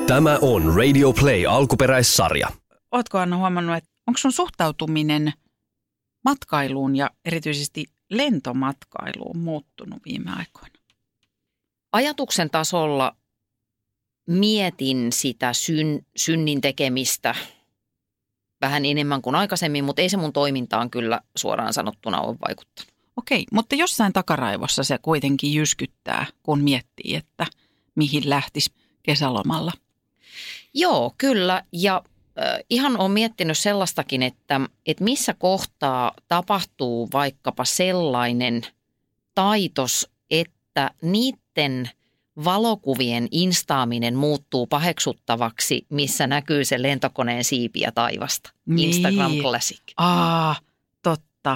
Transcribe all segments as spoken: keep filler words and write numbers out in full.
Tämä on Radio Play alkuperäissarja. Ootko Anna huomannut, että onko sun suhtautuminen matkailuun ja erityisesti lentomatkailuun muuttunut viime aikoina? Ajatuksen tasolla mietin sitä syn, synnin tekemistä vähän enemmän kuin aikaisemmin, mutta ei se mun toimintaan kyllä suoraan sanottuna ole vaikuttanut. Okei, mutta jossain takaraivossa se kuitenkin jyskyttää, kun miettii, että mihin lähtisi kesälomalla. Joo, kyllä. Ja äh, ihan olen miettinyt sellaistakin, että, että missä kohtaa tapahtuu vaikkapa sellainen taitos, että niiden valokuvien instaaminen muuttuu paheksuttavaksi, missä näkyy se lentokoneen siipiä taivasta. Niin. Instagram Classic. Aa, totta.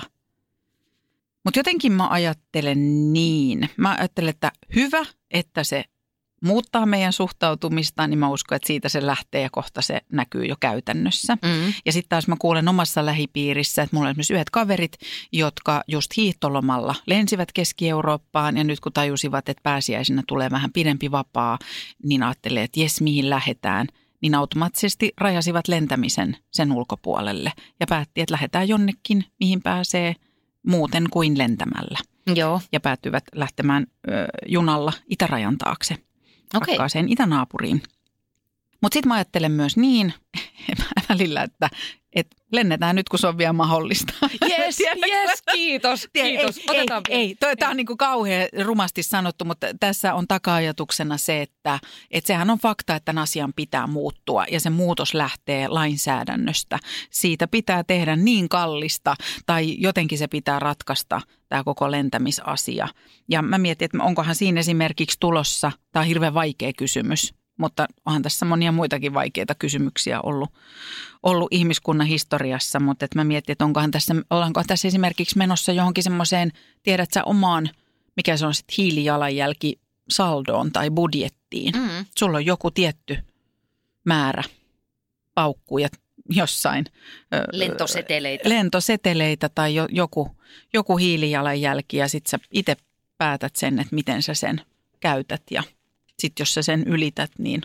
Mutta jotenkin mä ajattelen niin. Mä ajattelen, että hyvä, että se muuttaa meidän suhtautumista, niin mä uskon, että siitä se lähtee ja kohta se näkyy jo käytännössä. Mm. Ja sitten taas mä kuulen omassa lähipiirissä, että mulla on esimerkiksi yhdet kaverit, jotka just hiihtolomalla lensivät Keski-Eurooppaan ja nyt kun tajusivat, että pääsiäisenä tulee vähän pidempi vapaa, niin ajattelee, että jes mihin lähdetään, niin automaattisesti rajasivat lentämisen sen ulkopuolelle ja päätti, että lähdetään jonnekin, mihin pääsee muuten kuin lentämällä. Joo. Ja päätyivät lähtemään ö, junalla itärajan taakse. Okei. Rakkaaseen itänaapuriin. Mutta sitten mä ajattelen myös niin välillä, että et lennetään nyt, kun se on vielä mahdollista. Jes, jes, kiitos, kiitos. Ei, Otetaan ei, ei. Tämä on niinku kauhean rumasti sanottu, mutta tässä on taka-ajatuksena se, että et sehän on fakta, että tämän asian pitää muuttua ja se muutos lähtee lainsäädännöstä. Siitä pitää tehdä niin kallista tai jotenkin se pitää ratkaista tämä koko lentämisasia. Ja mä mietin, että onkohan siinä esimerkiksi tulossa, tämä on hirveän vaikea kysymys, mutta onhan tässä monia muitakin vaikeita kysymyksiä ollut, ollut ihmiskunnan historiassa, mutta että mä mietin, että onkohan tässä, ollaanko tässä esimerkiksi menossa johonkin semmoiseen, tiedät sä omaan, mikä se on sitten hiilijalanjälki saldoon tai budjettiin. Mm. Sulla on joku tietty määrä paukkuja jossain. Lentoseteleitä. Lentoseteleitä tai jo, joku, joku hiilijalanjälki ja sitten sä itse päätät sen, että miten sä sen käytät ja sitten jos sä sen ylität, niin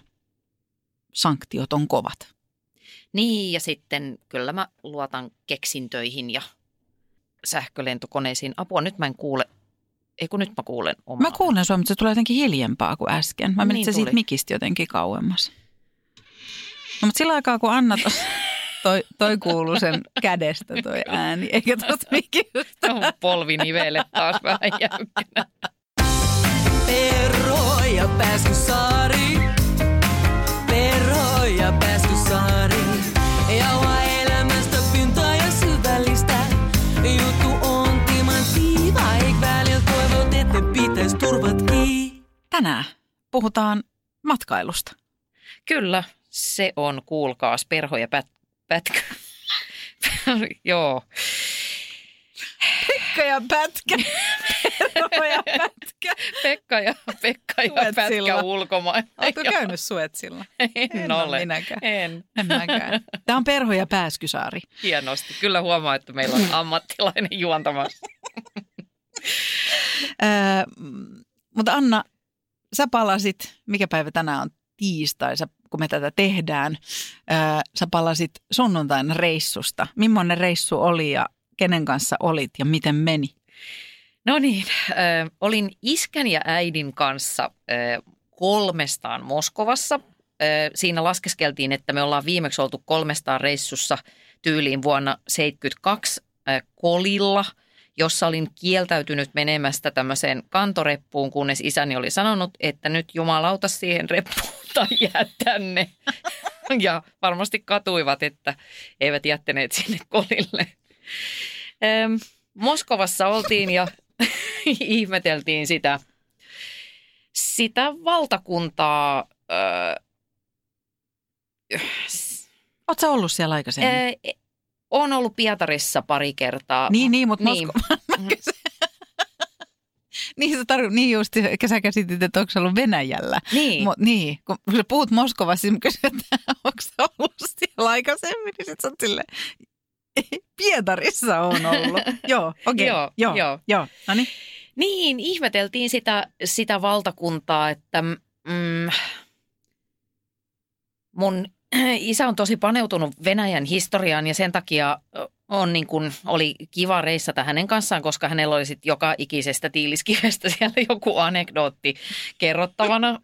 sanktiot on kovat. Niin ja sitten kyllä mä luotan keksintöihin ja sähkölentokoneisiin. Apua, nyt mä en kuule. Ei kun nyt mä kuulen omaa. Mä kuulen sua, mutta se tulee jotenkin hiljempaa kuin äsken. Mä menin niin se siitä mikistä jotenkin kauemmas. No mutta sillä aikaa kun Anna tos, toi, toi kuuluu sen kädestä toi ääni, eikä tuosta mikistä. No, polvinivelle taas vähän jäykkänä. Perho ja Pääskysaari, Perho ja Pääskysaari. Jauha elämästä pintaa ja syvällistä. Juttu on timantti, vaik välillä toivot, että pitäis turvat kiinni. Tänään puhutaan matkailusta. Kyllä, se on, kuulkaas, Perho ja pät, Pätkä. Joo. Pekka ja Pätkä. Perho ja Pätkä. Pekka ja, Pekka ja Pätkä ulkomailla. Oletko käynyt Suetsilla? En, en ole. Minäkään. En. En mäkään. Tämä on Perho ja Pääskysaari. Hienosti. Kyllä huomaa, että meillä on ammattilainen juontamassa. äh, mutta Anna, sä palasit, mikä päivä tänään on tiistai, sä, kun me tätä tehdään, äh, sä palasit sunnuntaina reissusta. Millainen reissu oli ja kenen kanssa olit ja miten meni? No niin, äh, olin iskän ja äidin kanssa äh, kolmestaan Moskovassa. Äh, siinä laskeskeltiin, että me ollaan viimeksi oltu kolmestaan reissussa tyyliin vuonna seitsemänkymmentäkaksi äh, Kolilla, jossa olin kieltäytynyt menemästä tämmöiseen kantoreppuun, kunnes isäni oli sanonut, että nyt jumalauta siihen reppuun tai jää tänne. Ja varmasti katuivat, että eivät jättäneet sinne Kolille. Ähm, Moskovassa oltiin ja ihmeteltiin sitä, sitä valtakuntaa. Öö, Oletko sä ollut siellä aikaisemmin? Öö, olen ollut Pietarissa pari kertaa. Niin, niin mutta niin. Moskova. Niin, sä tarvitset, niin just, sä käsitit, että onko sä ollut Venäjällä. Niin. Mo, niin, kun sä puhut Moskovassa, niin kysyt, että onko sä ollut siellä aikaisemmin, niin sit sä oot silleen, Pietarissa on ollut. Joo, okei. Okay. Joo, joo, joo. joo. No niin. Niin, ihmeteltiin sitä, sitä valtakuntaa, että mm, mun isä on tosi paneutunut Venäjän historiaan ja sen takia on niin kuin, oli kiva reissata hänen kanssaan, koska hänellä oli sit joka ikisestä tiiliskivestä siellä joku anekdootti kerrottavana.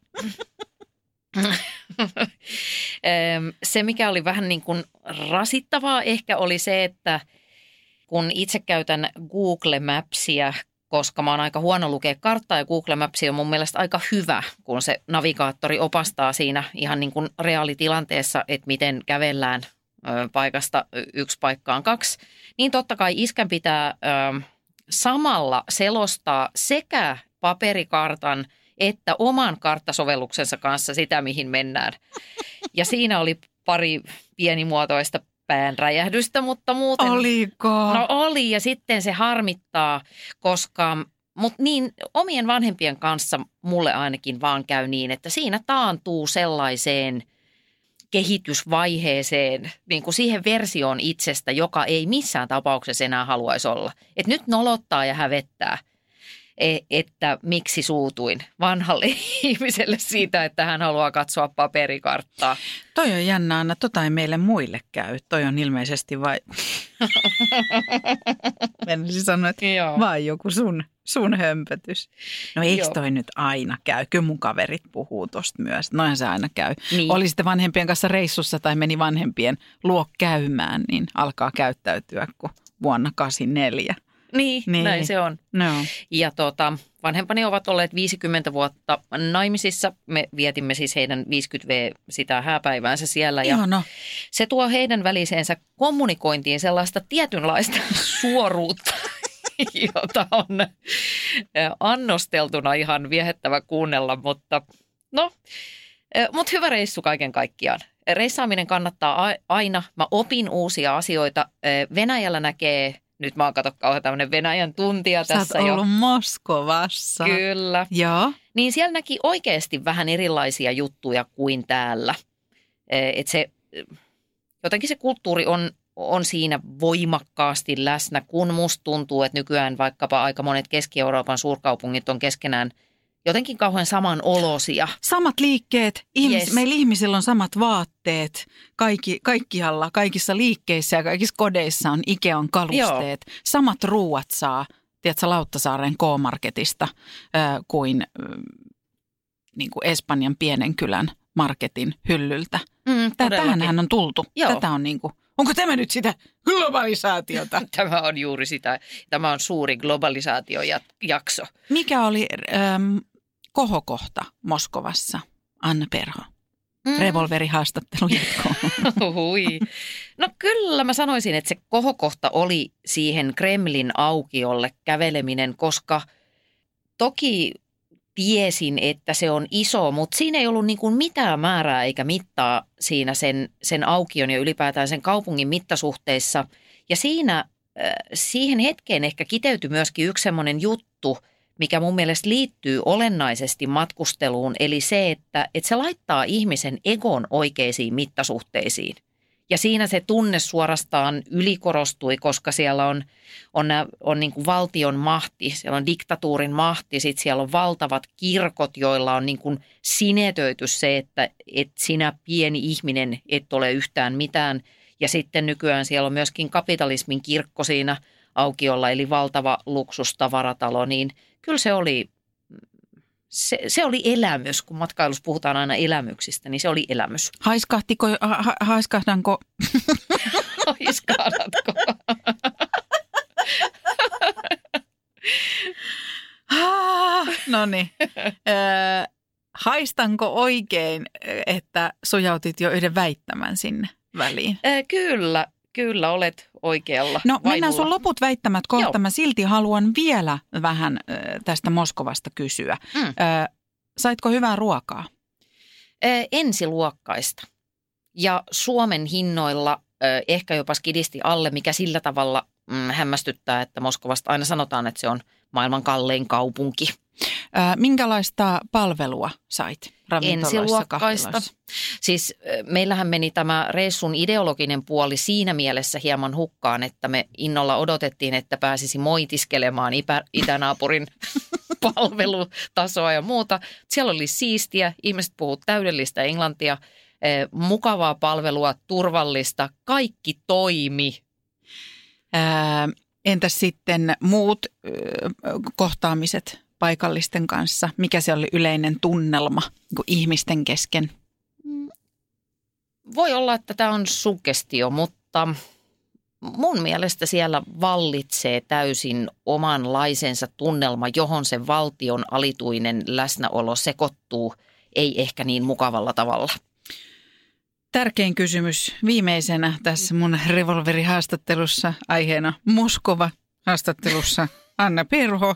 Se, mikä oli vähän niin kuin rasittavaa ehkä oli se, että kun itse käytän Google Mapsia, koska mä oon aika huono lukea karttaa ja Google Maps on mun mielestä aika hyvä, kun se navigaattori opastaa siinä ihan niin kuin reaalitilanteessa, että miten kävellään paikasta yksi paikkaan kaksi. Niin totta kai iskän pitää ö, samalla selostaa sekä paperikartan että oman karttasovelluksensa kanssa sitä, mihin mennään. Ja siinä oli pari pienimuotoista päänräjähdystä, mutta muuten... Oliko? No oli, ja sitten se harmittaa, koska... Mutta niin, omien vanhempien kanssa mulle ainakin vaan käy niin, että siinä taantuu sellaiseen kehitysvaiheeseen, niin kuin siihen versioon itsestä, joka ei missään tapauksessa enää haluaisi olla. Että nyt nolottaa ja hävettää, että miksi suutuin vanhalle ihmiselle siitä, että hän haluaa katsoa paperikarttaa. Toi on jännä, Anna. Tota ei meille muille käy. Toi on ilmeisesti vai... Mennäisin sanoa, että vai joku sun, sun hömpötys. No eikö Joo. toi nyt aina käy? Kyllä mun kaverit puhuu tosta myös. Noinhan se aina käy. Niin. Oli sitten vanhempien kanssa reissussa tai meni vanhempien luo käymään, niin alkaa käyttäytyä kuin vuonna kahdeksankymmentäneljä. Niin, niin, näin se on. No. Ja tota, vanhempani ovat olleet viisikymmentä vuotta naimisissa. Me vietimme siis heidän viisikymmentä vuotta sitä hääpäiväänsä siellä. Ja Ihana. Se tuo heidän väliseensä kommunikointiin sellaista tietynlaista suoruutta, jota on annosteltuna ihan viehättävä kuunnella. Mutta no, mutta hyvä reissu kaiken kaikkiaan. Reissaaminen kannattaa aina. Mä opin uusia asioita. Venäjällä näkee... Nyt mä oon kato kauhean tämmöinen Venäjän tuntija Sä tässä jo. Sä oot ollut Moskovassa. Kyllä. Joo. Niin siellä näki oikeasti vähän erilaisia juttuja kuin täällä. Että se, jotenkin se kulttuuri on, on siinä voimakkaasti läsnä, kun musta tuntuu, että nykyään vaikkapa aika monet Keski-Euroopan suurkaupungit on keskenään jotenkin kauhean samanolosia. Samat liikkeet, ihmis, Yes. meillä ihmisillä on samat vaatteet, kaikki, kaikkialla, kaikissa liikkeissä ja kaikissa kodeissa on Ikean kalusteet. Joo. Samat ruuat saa, tiedätkö, Lauttasaaren K-marketista äh, kuin, äh, niin kuin Espanjan pienen kylän marketin hyllyltä. Mm, Tähänhän on tultu. Joo. Tätä on niin kuin, onko tämä nyt sitä globalisaatiota? Tämä on juuri sitä. Tämä on suuri globalisaatiojakso. Mikä oli ähm, kohokohta Moskovassa, Anna Perho? Mm. Revolverihaastattelu jatkoon. Hui. No kyllä mä sanoisin, että se kohokohta oli siihen Kremlin aukiolle käveleminen, koska toki tiesin, että se on iso, mutta siinä ei ollut niin kuin mitään määrää eikä mittaa siinä sen, sen aukion ja ylipäätään sen kaupungin mittasuhteissa. Ja siinä äh, siihen hetkeen ehkä kiteytyi myöskin yksi semmoinen juttu, mikä mun mielestä liittyy olennaisesti matkusteluun, eli se, että, että se laittaa ihmisen egon oikeisiin mittasuhteisiin. Ja siinä se tunne suorastaan ylikorostui, koska siellä on, on, on niin kuin valtion mahti, siellä on diktatuurin mahti, sitten siellä on valtavat kirkot, joilla on niin kuin sinetöity se, että, että sinä pieni ihminen et ole yhtään mitään. Ja sitten nykyään siellä on myöskin kapitalismin kirkko siinä aukiolla, eli valtava luksustavaratalo, niin kyllä se oli, se, se oli elämys, kun matkailussa puhutaan aina elämyksistä, niin se oli elämys. Haiskahtiko, ha, haiskahdanko? Haiskahdatko? No niin. Haistanko oikein, että sujautit jo yhden väittämän sinne väliin? Äh, kyllä, kyllä olet oikealla. No vainulla. mennään sun loput väittämät kohta. Joo. Mä silti haluan vielä vähän äh, tästä Moskovasta kysyä. Mm. Äh, saitko hyvää ruokaa? Äh, ensiluokkaista. Ja Suomen hinnoilla äh, ehkä jopa skidisti alle, mikä sillä tavalla mm, hämmästyttää, että Moskovasta aina sanotaan, että se on maailman kallein kaupunki. Äh, minkälaista palvelua sait ravintoloissa, Ensiluokkaista. kahviloissa? Siis meillähän meni tämä reissun ideologinen puoli siinä mielessä hieman hukkaan, että me innolla odotettiin, että pääsisi moitiskelemaan ipä, itänaapurin palvelutasoa ja muuta. Siellä oli siistiä, ihmiset puhuivat täydellistä englantia. mukavaa palvelua, turvallista, kaikki toimi. Ää, entäs sitten muut ö, kohtaamiset paikallisten kanssa? Mikä se oli yleinen tunnelma niin kuin ihmisten kesken? Voi olla, että tämä on suggestio, mutta mun mielestä siellä vallitsee täysin omanlaisensa tunnelma, johon se valtion alituinen läsnäolo sekoittuu, ei ehkä niin mukavalla tavalla. Tärkein kysymys viimeisenä tässä mun revolverihaastattelussa, aiheena Moskova haastattelussa. Anna Perho.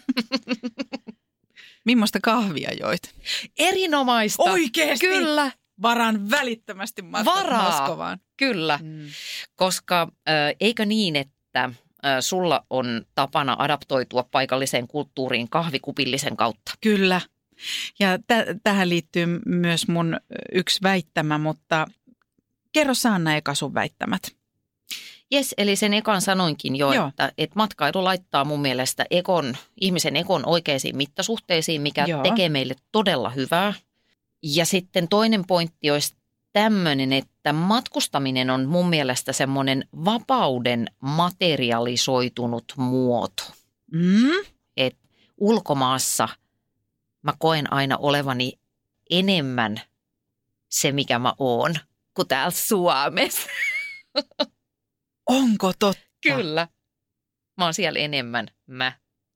Millaista kahvia joit? Erinomaista. Oikeesti? Kyllä. Varaan välittömästi matkan Varaa. Moskovaan. Kyllä, mm. koska äh, eikö niin, että äh, sulla on tapana adaptoitua paikalliseen kulttuuriin kahvikupillisen kautta? Kyllä. Ja t- tähän liittyy myös mun yksi väittämä, mutta kerro Sanna eka sun väittämät. Jes, eli sen ekan sanoinkin jo, Joo. että, että matkailu laittaa mun mielestä ekon, ihmisen ekon oikeisiin mittasuhteisiin, mikä Joo. tekee meille todella hyvää. Ja sitten toinen pointti olisi tämmöinen, että matkustaminen on mun mielestä semmoinen vapauden materialisoitunut muoto. Mm? Et ulkomaassa mä koen aina olevani enemmän se, mikä mä oon, kuin täällä Suomessa. Onko totta? Kyllä. Mä oon siellä enemmän mä.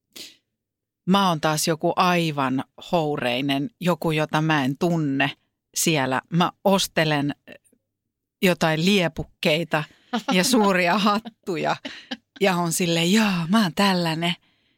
Mä oon taas joku aivan houreinen, joku jota mä en tunne siellä. Mä ostelen jotain liepukkeita ja suuria hattuja ja on silleen, jaa, mä oon tällainen.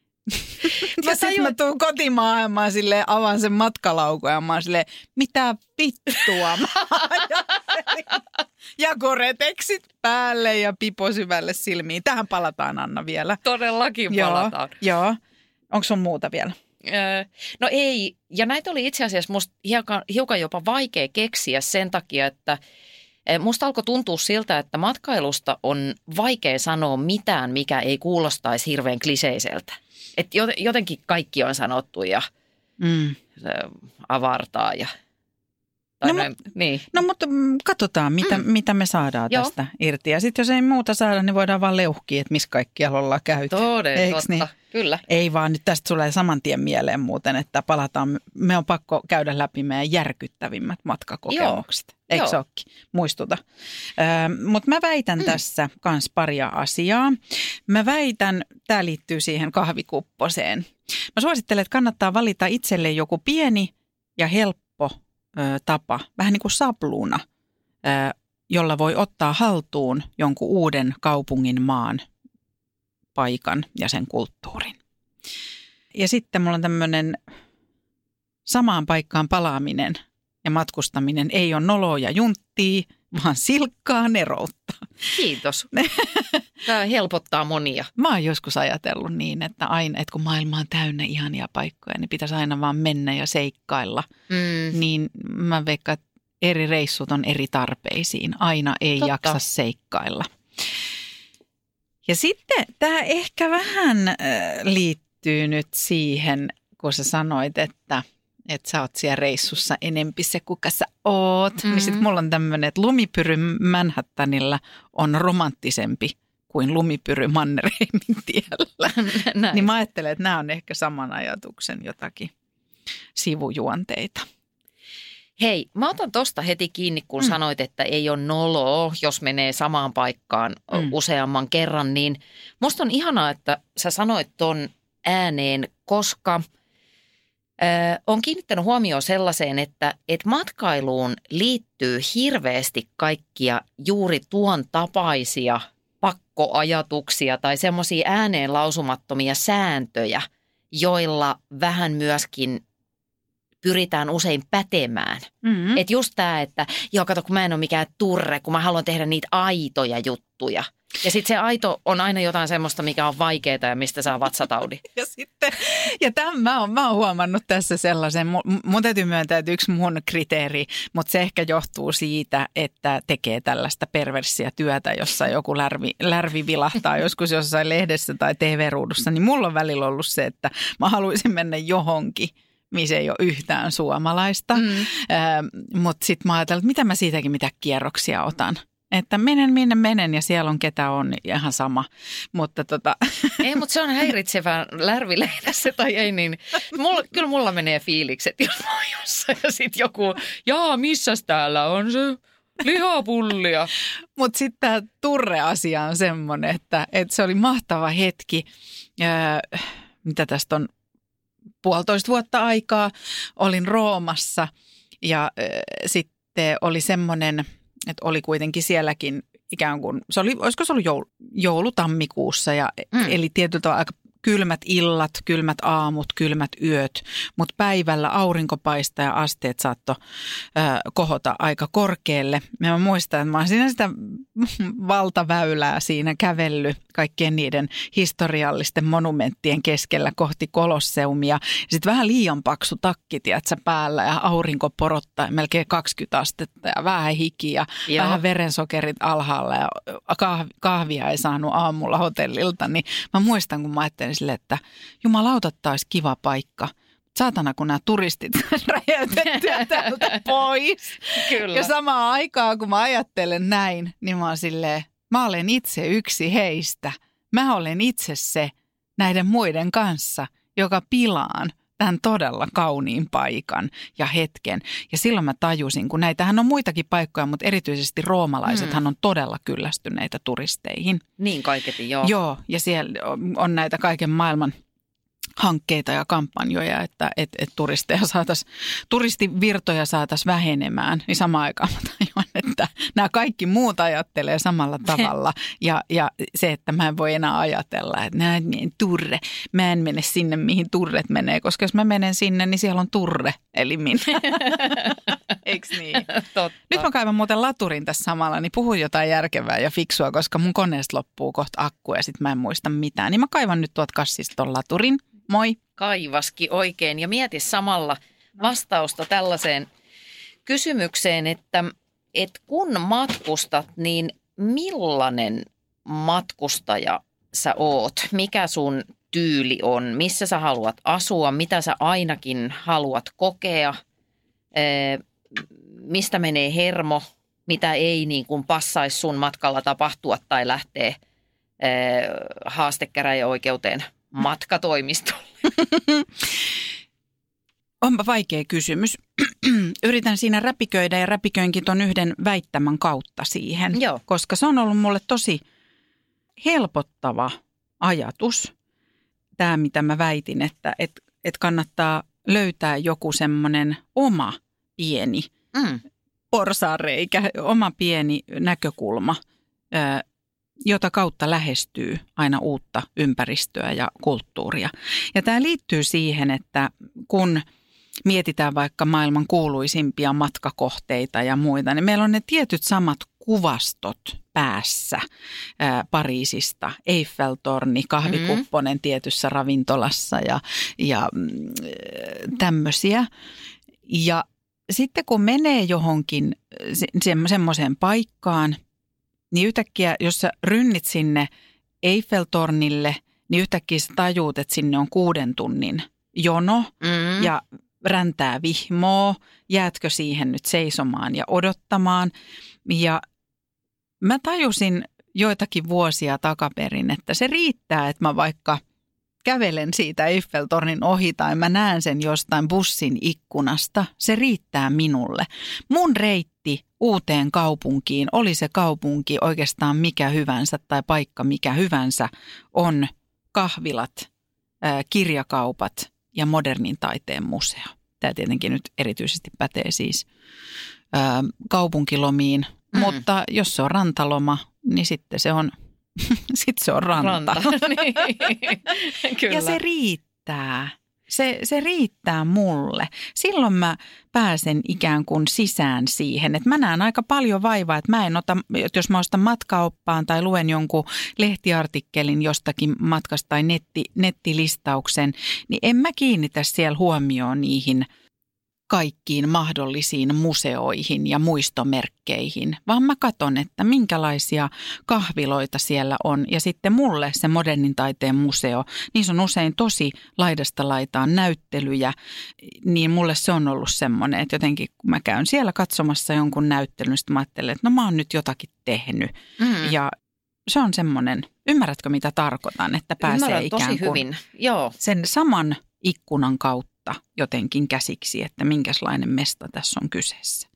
Ja sitten mä tuun kotimaailmaan silleen, avaan sen matkalaukun ja mä oon silleen, mitä vittua mä ajattelin. Ja koreteksit päälle ja pipo syvälle silmiin. Tähän palataan, Anna, vielä. Todellakin Joo, palataan. joo. Onko sun muuta vielä? Öö, no ei, ja näitä oli itse asiassa musta hiukan, hiukan jopa vaikea keksiä sen takia, että musta alkoi tuntua siltä, että matkailusta on vaikea sanoa mitään, mikä ei kuulostaisi hirveän kliseiseltä. Että jotenkin kaikki on sanottu ja Mm. avartaa ja... No, noin, mut, niin. no mutta katsotaan, mitä, mm. mitä me saadaan Joo. tästä irti. Ja sitten jos ei muuta saada, niin voidaan vaan leuhkia, että missä kaikkialla ollaan käyty. Toden totta, niin? Kyllä. Ei vaan, nyt tästä tulee saman tien mieleen muuten, että palataan, me on pakko käydä läpi meidän järkyttävimmät matkakokemukset. Joo. Eikö Joo. se olekin? Muistuta. Ö, mutta mä väitän mm. tässä kans paria asiaa. Mä väitän, tämä liittyy siihen kahvikupposeen. Mä suosittelen, että kannattaa valita itselle joku pieni ja helppo tapa, vähän niin kuin sapluuna, jolla voi ottaa haltuun jonkun uuden kaupungin, maan, paikan ja sen kulttuurin. Ja sitten mulla on tämmöinen samaan paikkaan palaaminen ja matkustaminen ei ole noloa ja junttia, vaan silkkaa neroutta. Kiitos. Tämä helpottaa monia. Mä oon joskus ajatellut niin, että aina, että kun maailma on täynnä ihania paikkoja, niin pitäisi aina vaan mennä ja seikkailla. Mm. Niin mä veikkaan, että eri reissut on eri tarpeisiin. Aina ei Totta. jaksa seikkailla. Ja sitten tämä ehkä vähän äh, liittyy nyt siihen, kun sä sanoit, että että sä oot siellä reissussa enempi se, kuka sä oot. Mm-hmm. Niin sit mulla on tämmöinen, että lumipyry Manhattanilla on romanttisempi kuin lumipyry Mannerheimin tiellä. Niin mä ajattelen, että nämä on ehkä saman ajatuksen jotakin sivujuonteita. Hei, mä otan tosta heti kiinni, kun mm. sanoit, että ei ole noloa, jos menee samaan paikkaan mm. useamman kerran. Niin musta on ihanaa, että sä sanoit ton ääneen, koska... Ö, on kiinnittänyt huomioon sellaiseen, että, että matkailuun liittyy hirveästi kaikkia juuri tuon tapaisia pakkoajatuksia tai semmoisia ääneen lausumattomia sääntöjä, joilla vähän myöskin pyritään usein pätemään. Mm-hmm. Että just tämä, että joo, kato, kun mä en ole mikään turre, kun mä haluan tehdä niitä aitoja juttuja. Ja sitten se aito on aina jotain semmoista, mikä on vaikeaa ja mistä saa vatsataudi. Ja sitten, ja tämän mä oon, mä oon huomannut tässä sellaisen, mun, mun täytyy myöntää, että yksi mun kriteeri, mutta se ehkä johtuu siitä, että tekee tällaista perverssiä työtä, jossa joku lärvi, lärvi vilahtaa joskus jossain lehdessä tai T V-ruudussa, niin mulla on välillä ollut se, että mä haluaisin mennä johonkin, missä ei ole yhtään suomalaista. Mm. Äh, Mutta sitten mä ajattelin, että mitä mä siitäkin mitä kierroksia otan. Että menen minne menen ja siellä on ketä on, ihan sama. Mutta tota. Ei, mutta se on häiritsevää lärvilehdessä tai ei niin. Mulla, kyllä mulla menee fiilikset, jos mä oon jossain ja sitten joku, jaa, missäs täällä on se lihapullia. Mutta sitten tämä turre-asia on semmoinen, että, että se oli mahtava hetki. Öö, mitä tästä on puolitoista vuotta aikaa. Olin Roomassa ja öö, sitten oli semmoinen, että oli kuitenkin sielläkin ikään kuin, se oli, olisiko se ollut joulu, joulutammikuussa ja mm. eli tietyllä tavalla aika kylmät illat, kylmät aamut, kylmät yöt, mutta päivällä aurinko paistaa ja asteet saattoi äh, kohota aika korkealle. Ja mä muistan, että mä oon siinä sitä valtaväylää siinä kävellyt kaikkien niiden historiallisten monumenttien keskellä kohti Kolosseumia. Sitten vähän liian paksu takki, tiedätkö, päällä ja aurinko porottaa melkein kaksikymmentä astetta ja vähän hiki ja Joo. vähän verensokerit alhaalla ja kahvia ei saanut aamulla hotellilta. Niin mä muistan, kun mä ajattelin sille, että jumalauta, taisi kiva paikka. Saatana, kun nämä turistit räjäytettyä täältä pois. Kyllä. Ja samaan aikaan, kun mä ajattelen näin, niin mä oon silleen, mä olen itse yksi heistä. Mä olen itse se näiden muiden kanssa, joka pilaan tämän todella kauniin paikan ja hetken. Ja silloin mä tajusin, kun näitähän on muitakin paikkoja, mutta erityisesti roomalaisethan on todella kyllästyneitä turisteihin. Niin kaiketi, joo. Joo, ja siellä on näitä kaiken maailman hankkeita ja kampanjoja, että et, et turisteja saatais, turistivirtoja saataisiin vähenemään, niin samaan aikaan mä tajuan, että nämä kaikki muut ajattelee samalla tavalla. Ja, ja se, että mä en voi enää ajatella, että nää, turre, mä en mene sinne, mihin turret menee, koska jos mä menen sinne, niin siellä on turre, eli minä. Eiks niin? Totta. Nyt mä kaivan muuten laturin tässä samalla, niin puhun jotain järkevää ja fiksua, koska mun koneesta loppuu kohta akku ja sit mä en muista mitään. Niin mä kaivan nyt tuot kassista ton laturin. Moi. Kaivaski oikein ja mieti samalla vastausta tällaiseen kysymykseen, että, että kun matkustat, niin millainen matkustaja sä oot? Mikä sun tyyli on? Missä sä haluat asua? Mitä sä ainakin haluat kokea? Mistä menee hermo? Mitä ei niin kuin passaisi sun matkalla tapahtua tai lähtee haastekäräjäoikeuteen matkatoimistolle? Onpa vaikea kysymys. Yritän siinä räpiköidä ja räpiköinkin ton yhden väittämän kautta siihen, Joo. koska se on ollut mulle tosi helpottava ajatus. Tämä, mitä mä väitin, että et, et kannattaa löytää joku semmoinen oma pieni mm. porsaanreikä, oma pieni näkökulma, jota kautta lähestyy aina uutta ympäristöä ja kulttuuria. Ja tämä liittyy siihen, että kun mietitään vaikka maailman kuuluisimpia matkakohteita ja muita, niin meillä on ne tietyt samat kuvastot päässä ää, Pariisista. Eiffeltorni, kahvikupponen mm-hmm. tietyssä ravintolassa ja, ja mm, tämmöisiä. Ja sitten kun menee johonkin se, semmoiseen paikkaan, niin yhtäkkiä, jos sä rynnit sinne Eiffeltornille, niin yhtäkkiä sä tajuut, että sinne on kuuden tunnin jono mm. ja räntää vihmoo. Jäätkö siihen nyt seisomaan ja odottamaan? Ja mä tajusin joitakin vuosia takaperin, että se riittää, että mä vaikka kävelen siitä Eiffeltornin ohi tai mä näen sen jostain bussin ikkunasta. Se riittää minulle. Mun reitti uuteen kaupunkiin, oli se kaupunki oikeastaan mikä hyvänsä tai paikka mikä hyvänsä, on kahvilat, kirjakaupat ja modernin taiteen museo. Tämä tietenkin nyt erityisesti pätee siis kaupunkilomiin, mm. mutta jos se on rantaloma, niin sitten se on, sitten se on ranta. Ranta. Niin. Kyllä. Ja se riittää. Se, se riittää mulle. Silloin mä pääsen ikään kuin sisään siihen, että mä näen aika paljon vaivaa, että mä en ota, jos mä ostan matkaoppaan tai luen jonkun lehtiartikkelin jostakin matkasta tai netti, nettilistauksen, niin en mä kiinnitä siellä huomioon niihin kaikkiin mahdollisiin museoihin ja muistomerkkeihin, vaan mä katson, että minkälaisia kahviloita siellä on. Ja sitten mulle se modernin taiteen museo, niissä on usein tosi laidasta laitaan näyttelyjä, niin mulle se on ollut semmoinen, että jotenkin kun mä käyn siellä katsomassa jonkun näyttelyn, niin mä ajattelen, että no mä oon nyt jotakin tehnyt. Mm. Ja se on semmoinen, ymmärrätkö mitä tarkoitan, että pääsee Ymmärrän ikään kuin tosi hyvin. Joo. sen saman ikkunan kautta jotenkin käsiksi, että minkälainen mesta tässä on kyseessä.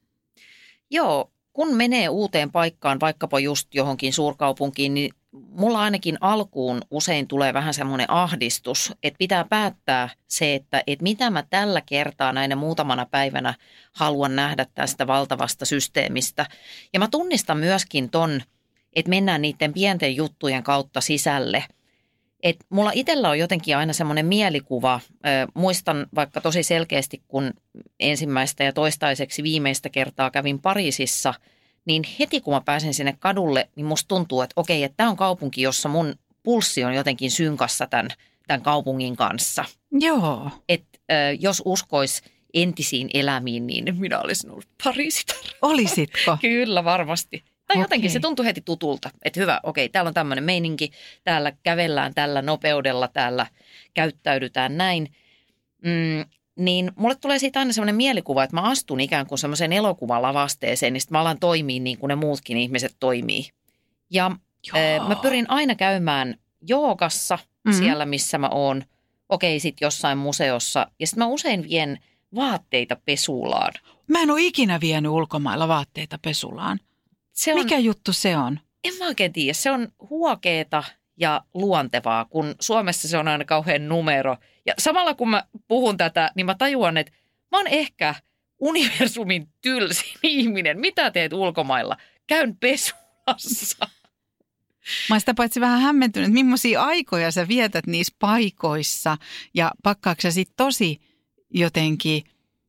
Joo, kun menee uuteen paikkaan, vaikkapa just johonkin suurkaupunkiin, niin mulla ainakin alkuun usein tulee vähän semmoinen ahdistus, että pitää päättää se, että, että mitä mä tällä kertaa näinä muutamana päivänä haluan nähdä tästä valtavasta systeemistä. Ja mä tunnistan myöskin ton, että mennään niiden pienten juttujen kautta sisälle. Et mulla itsellä on jotenkin aina semmoinen mielikuva. Ö, muistan vaikka tosi selkeästi, kun ensimmäistä ja toistaiseksi viimeistä kertaa kävin Pariisissa, niin heti kun mä pääsen sinne kadulle, niin musta tuntuu, että okei, että tämä on kaupunki, jossa mun pulssi on jotenkin synkassa tämän, tämän kaupungin kanssa. Joo. Et ö, jos uskois entisiin elämiin, niin minä olisin ollut Pariisitar. Olisitko? Kyllä, varmasti. Tai Okei. jotenkin se tuntui heti tutulta, että hyvä, okei, täällä on tämmöinen meininki, täällä kävellään tällä nopeudella, täällä käyttäydytään näin. Mm, niin mulle tulee siitä aina semmoinen mielikuva, että mä astun ikään kuin semmoiseen elokuvalavasteeseen, niin sitten mä alan toimia niin kuin ne muutkin ihmiset toimii. Ja äh, mä pyrin aina käymään joogassa mm-hmm. siellä, missä mä oon, okei, sitten jossain museossa, ja sitten mä usein vien vaatteita pesulaan. Mä en ole ikinä vienyt ulkomailla vaatteita pesulaan. Se on, Mikä juttu se on? En mä oikein tiedä. Se on huokeeta ja luontevaa, kun Suomessa se on aina kauhean numero. Ja samalla kun mä puhun tätä, niin mä tajuan, että mä oon ehkä universumin tylsin ihminen. Mitä teet ulkomailla? Käyn pesulassa. Mä oon sitä paitsi vähän hämmentynyt, että millaisia aikoja sä vietät niissä paikoissa ja pakkaatko sä sit tosi jotenkin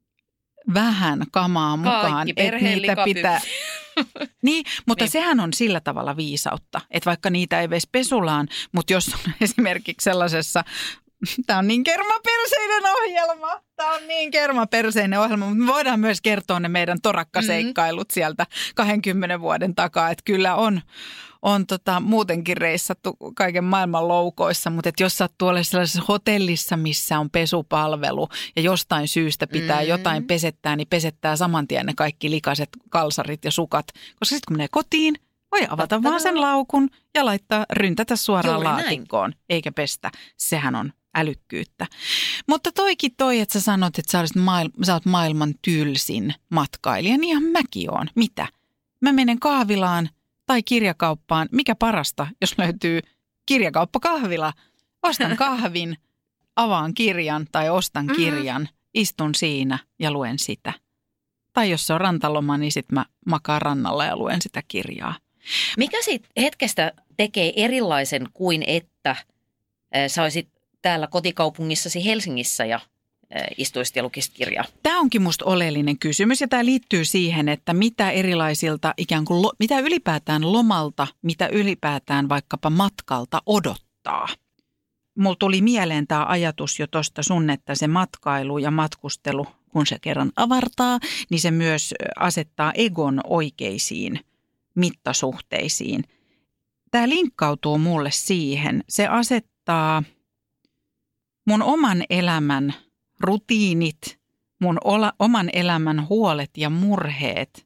vähän kamaa mukaan, että niitä pitää. Niin, mutta niin. Sehän on sillä tavalla viisautta, että vaikka niitä ei veisi pesulaan, mutta jos on esimerkiksi sellaisessa, tämä on niin kermaperseinen ohjelma, tämä on niin kermaperseinen ohjelma, mutta me voidaan myös kertoa ne meidän torakkaseikkailut mm-hmm. sieltä kahdenkymmenen vuoden takaa, että kyllä on, on tota, muutenkin reissattu kaiken maailman loukoissa, mutta että jos sattuu olemaan sellaisessa hotellissa, missä on pesupalvelu ja jostain syystä pitää mm-hmm. jotain pesettää, niin pesettää saman tien ne kaikki likaset kalsarit ja sukat, koska sitten kun menee kotiin, voi avata Totta vaan sen laukun ja laittaa ryntätä suoraan Juuri laatikkoon, näin. Eikä pestä. Sehän on älykkyyttä. Mutta toikin toi, että sä sanot, että sä, maailma, sä oot maailman tylsin matkailija, niin ihan mäkin oon. Mitä? Mä menen kahvilaan tai kirjakauppaan. Mikä parasta, jos löytyy kirjakauppakahvila? Ostan kahvin, avaan kirjan tai ostan kirjan, mm-hmm. istun siinä ja luen sitä. Tai jos se on rantaloma, niin sit mä makaan rannalla ja luen sitä kirjaa. Mikä siitä hetkestä tekee erilaisen kuin että äh, sä olisit täällä kotikaupungissasi Helsingissä ja äh, istuisit ja lukisit kirjaa? Tämä onkin musta oleellinen kysymys ja tämä liittyy siihen, että mitä erilaisilta ikään kuin, lo, mitä ylipäätään lomalta, mitä ylipäätään vaikkapa matkalta odottaa. Mulla tuli mieleen tämä ajatus jo tuosta sun, että se matkailu ja matkustelu, kun se kerran avartaa, niin se myös asettaa egon oikeisiin mittasuhteisiin. Tämä linkkautuu mulle siihen. Se asettaa mun oman elämän rutiinit, mun ola, oman elämän huolet ja murheet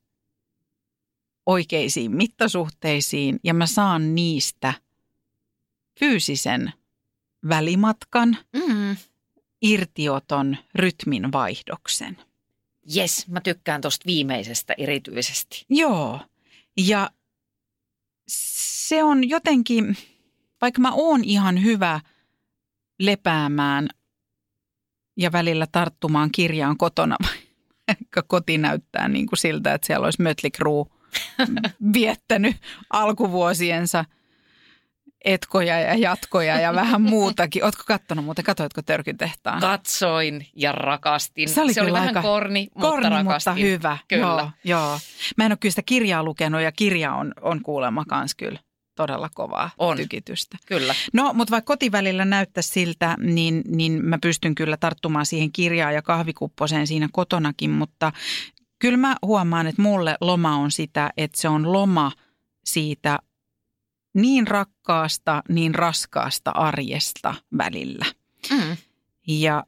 oikeisiin mittasuhteisiin ja mä saan niistä fyysisen välimatkan, mm. irtioton, rytmin vaihdoksen. Jes, mä tykkään tosta viimeisestä erityisesti. Joo, ja se on jotenkin, vaikka mä oon ihan hyvä lepäämään ja välillä tarttumaan kirjaan kotona, vaikka koti näyttää niin kuin siltä, että siellä olisi Mötley Crüe viettänyt alkuvuosiensa etkoja ja jatkoja ja vähän muutakin. Ootko kattonut muuten? Katoitko Törkytehtaan? Katsoin ja rakastin. Se oli, se oli vähän aika korni, mutta korni, rakastin. mutta hyvä. Kyllä. Joo, joo. Mä en ole kyllä sitä kirjaa lukenut ja kirja on, on kuulemma kans kyllä todella kovaa On. tykitystä. Kyllä. No, mutta vaikka kotivälillä näyttäisi siltä, niin, niin mä pystyn kyllä tarttumaan siihen kirjaan ja kahvikupposeen siinä kotonakin, mutta kyllä mä huomaan, että mulle loma on sitä, että se on loma siitä niin rakkaasta, niin raskaasta arjesta välillä. Mm. Ja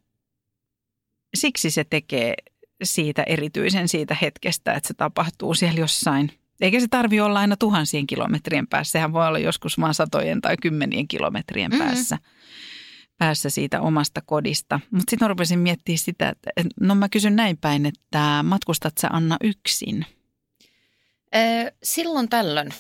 siksi se tekee siitä erityisen siitä hetkestä, että se tapahtuu siellä jossain. Eikä se tarvitse olla aina tuhansien kilometrien päässä. Sehän voi olla joskus vaan satojen tai kymmenien kilometrien Mm-hmm. päässä, päässä siitä omasta kodista. Mutta sitten mä rupesin miettimään sitä, että no mä kysyn näin päin, että matkustat sä Anna yksin? Ee, silloin tällöin.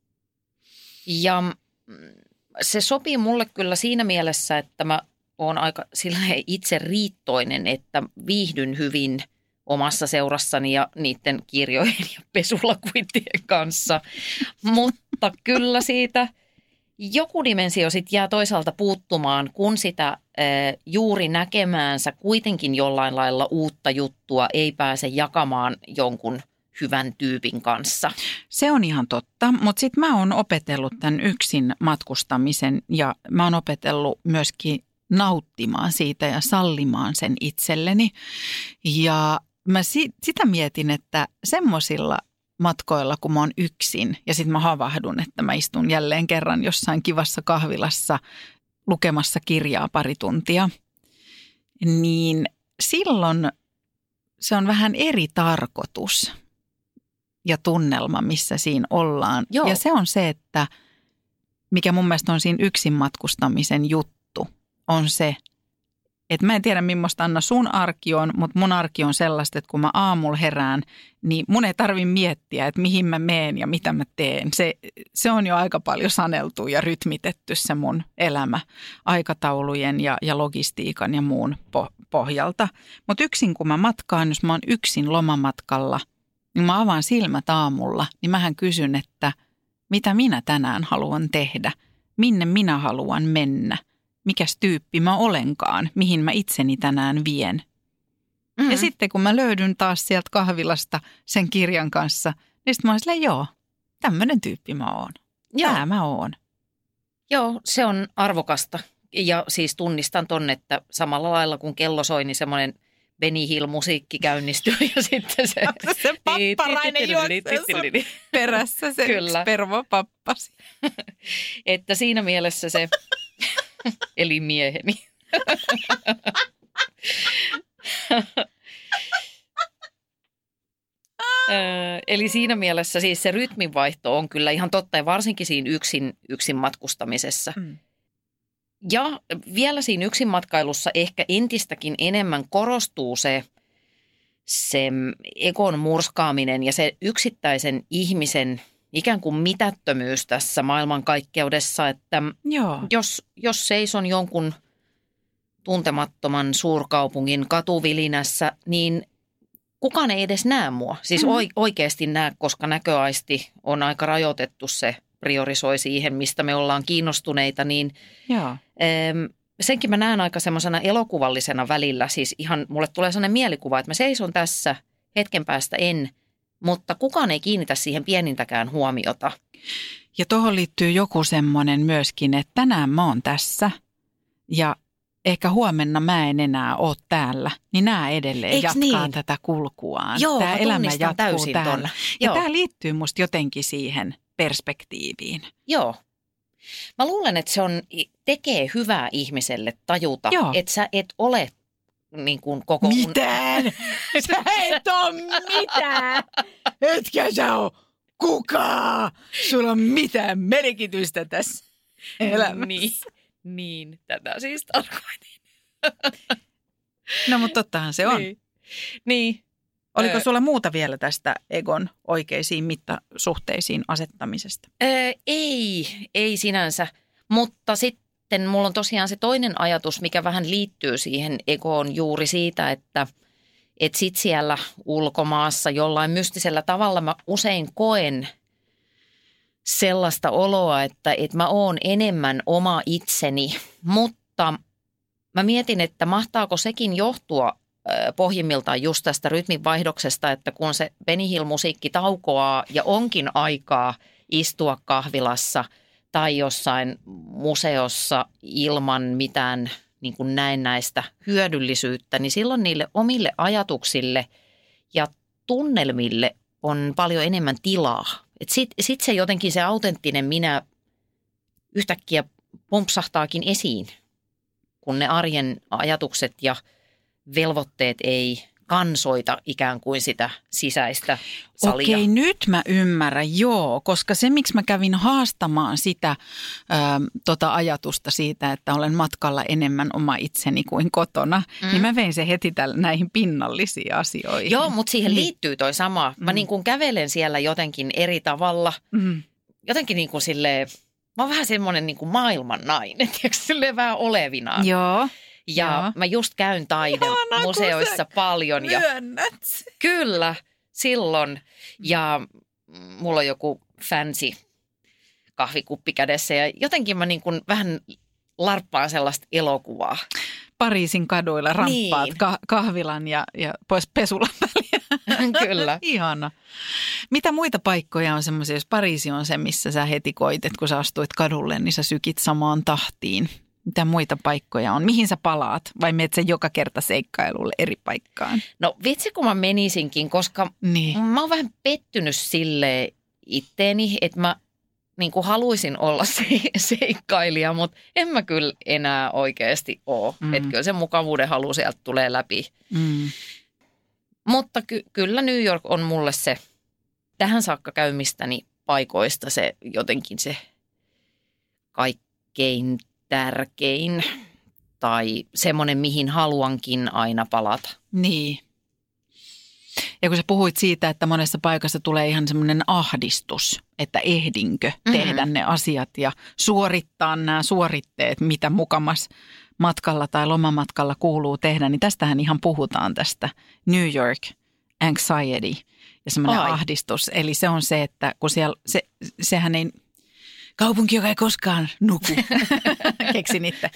Ja se sopii mulle kyllä siinä mielessä, että mä oon aika itse riittoinen, että viihdyn hyvin omassa seurassani ja niiden kirjojen ja pesulakuittien kanssa. Mutta kyllä siitä joku dimensio sitten jää toisaalta puuttumaan, kun sitä äh, juuri näkemäänsä kuitenkin jollain lailla uutta juttua ei pääse jakamaan jonkun hyvän tyypin kanssa. Se on ihan totta, mutta sitten mä oon opetellut tämän yksin matkustamisen ja mä oon opetellut myöskin nauttimaan siitä ja sallimaan sen itselleni. Ja mä si- sitä mietin, että semmoisilla matkoilla, kun mä oon yksin ja sitten mä havahdun, että mä istun jälleen kerran jossain kivassa kahvilassa lukemassa kirjaa pari tuntia, niin silloin se on vähän eri tarkoitus ja tunnelma, missä siinä ollaan. Joo. Ja se on se, että mikä mun mielestä on siinä yksin matkustamisen juttu, on se, että mä en tiedä millaista Anna sun arki on, mutta mun arki on sellaista, että kun mä aamulla herään, niin mun ei tarvitse miettiä, että mihin mä meen ja mitä mä teen. Se, se on jo aika paljon saneltu ja rytmitetty se mun elämä aikataulujen ja, ja logistiikan ja muun po, pohjalta. Mutta yksin kun mä matkaan, jos mä oon yksin lomamatkalla, niin mä avaan silmät aamulla, niin mähän kysyn, että mitä minä tänään haluan tehdä, minne minä haluan mennä. Mikäs tyyppi mä olenkaan, mihin mä itseni tänään vien. Mm-hmm. Ja sitten kun mä löydyn taas sieltä kahvilasta sen kirjan kanssa, niin sitten mä oon silleen, joo, tämmöinen tyyppi mä oon. Joo. Tää mä oon. Joo, se on arvokasta. Ja siis tunnistan ton, että samalla lailla kun kello soi, niin semmoinen Benny Hill-musiikki käynnistyy ja sitten se... Se papparainen juoksee sun perässä, se yksi pervo pappasi. Että siinä mielessä se... Eli mieheni. Eli siinä mielessä siis se rytminvaihto on kyllä ihan totta ja varsinkin siinä yksin, yksin matkustamisessa. Mm. Ja vielä siinä yksin matkailussa ehkä entistäkin enemmän korostuu se, se egon murskaaminen ja se yksittäisen ihmisen ikään kuin mitättömyys tässä maailmankaikkeudessa, että Joo. Jos, jos seison jonkun tuntemattoman suurkaupungin katuvilinässä, niin kukaan ei edes näe mua. Siis mm. oikeasti näe, koska näköaisti on aika rajoitettu, se priorisoi siihen, mistä me ollaan kiinnostuneita, niin Joo. senkin mä näen aika semmoisena elokuvallisena välillä. Siis ihan mulle tulee sellainen mielikuva, että mä seison tässä, hetken päästä en, mutta kukaan ei kiinnitä siihen pienintäkään huomiota. Ja tuohon liittyy joku semmoinen myöskin, että tänään mä oon tässä ja ehkä huomenna mä en enää ole täällä, niin nämä edelleen Eiks jatkaa niin? tätä kulkuaan. Joo, tämä elämä jatkuu täysin täällä. Ton. Ja Joo. tämä liittyy musta jotenkin siihen perspektiiviin. Joo. Mä luulen, että se on, tekee hyvää ihmiselle tajuta, Joo. että sä et ole niin kuin koko... Mitään! Sä et ole mitään! Etkä sä ole kukaan! Sulla on mitään merkitystä tässä elämässä. Niin, niin tätä siis tarkoitin. No mutta tottahan se on. Niin. niin. Oliko sulla muuta vielä tästä egon oikeisiin mittasuhteisiin asettamisesta? Öö, ei, ei sinänsä, mutta sitten mulla on tosiaan se toinen ajatus, mikä vähän liittyy siihen egoon juuri siitä, että et sit siellä ulkomaassa jollain mystisellä tavalla mä usein koen sellaista oloa, että et mä oon enemmän oma itseni, mutta mä mietin, että mahtaako sekin johtua pohjimmiltaan just tästä rytminvaihdoksesta, että kun se Benny Hill-musiikki taukoaa ja onkin aikaa istua kahvilassa tai jossain museossa ilman mitään niin kuin näennäistä hyödyllisyyttä, niin silloin niille omille ajatuksille ja tunnelmille on paljon enemmän tilaa. Sitten sit se jotenkin se autenttinen minä yhtäkkiä pompsahtaakin esiin, kun ne arjen ajatukset ja velvoitteet ei kansoita ikään kuin sitä sisäistä salia. Okei, nyt mä ymmärrän, joo, koska se, miksi mä kävin haastamaan sitä ää, tota ajatusta siitä, että olen matkalla enemmän oma itseni kuin kotona, mm. niin mä vein se heti täl, näihin pinnallisiin asioihin. Joo, mutta siihen niin. liittyy toi sama. Mä mm. niin kuin kävelen siellä jotenkin eri tavalla, mm. jotenkin niin kuin silleen, mä oon vähän semmoinen niin kuin maailman nainen, tiedätkö, silleen vähän olevinaan. Joo. Ja Joo. mä just käyn taidemuseoissa paljon. Ja, kyllä, silloin. Ja mulla on joku fancy kahvikuppi kädessä ja jotenkin mä niin kuin vähän larppaan sellaista elokuvaa. Pariisin kaduilla ramppaat niin. ka- kahvilan ja, ja pois pesulan väliä. Kyllä. Ihana. Mitä muita paikkoja on semmoisia, jos Pariisi on se, missä sä heti koitet, kun sä astuit kadulle, niin sä sykit samaan tahtiin? Mitä muita paikkoja on? Mihin sä palaat? Vai menet sä joka kerta seikkailulle eri paikkaan? No vitsi, kun mä menisinkin, koska niin. mä oon vähän pettynyt silleen itteeni, että mä niin kuin haluaisin olla se, seikkailija, mutta en mä kyllä enää oikeasti ole. Mm. Että kyllä se mukavuuden halu sieltä tulee läpi. Mm. Mutta ky- kyllä New York on mulle se tähän saakka käymistäni paikoista se jotenkin se kaikkein tärkein tai semmoinen, mihin haluankin aina palata. Niin. Ja kun sä puhuit siitä, että monessa paikassa tulee ihan semmoinen ahdistus, että ehdinkö tehdä mm-hmm. ne asiat ja suorittaa nämä suoritteet, mitä mukamas matkalla tai lomamatkalla kuuluu tehdä, niin tästähän ihan puhutaan tästä New York anxiety ja semmoinen Ai. ahdistus. Eli se on se, että kun siellä, se, sehän ei... Kaupunki, joka ei koskaan nuku. Keksin itse.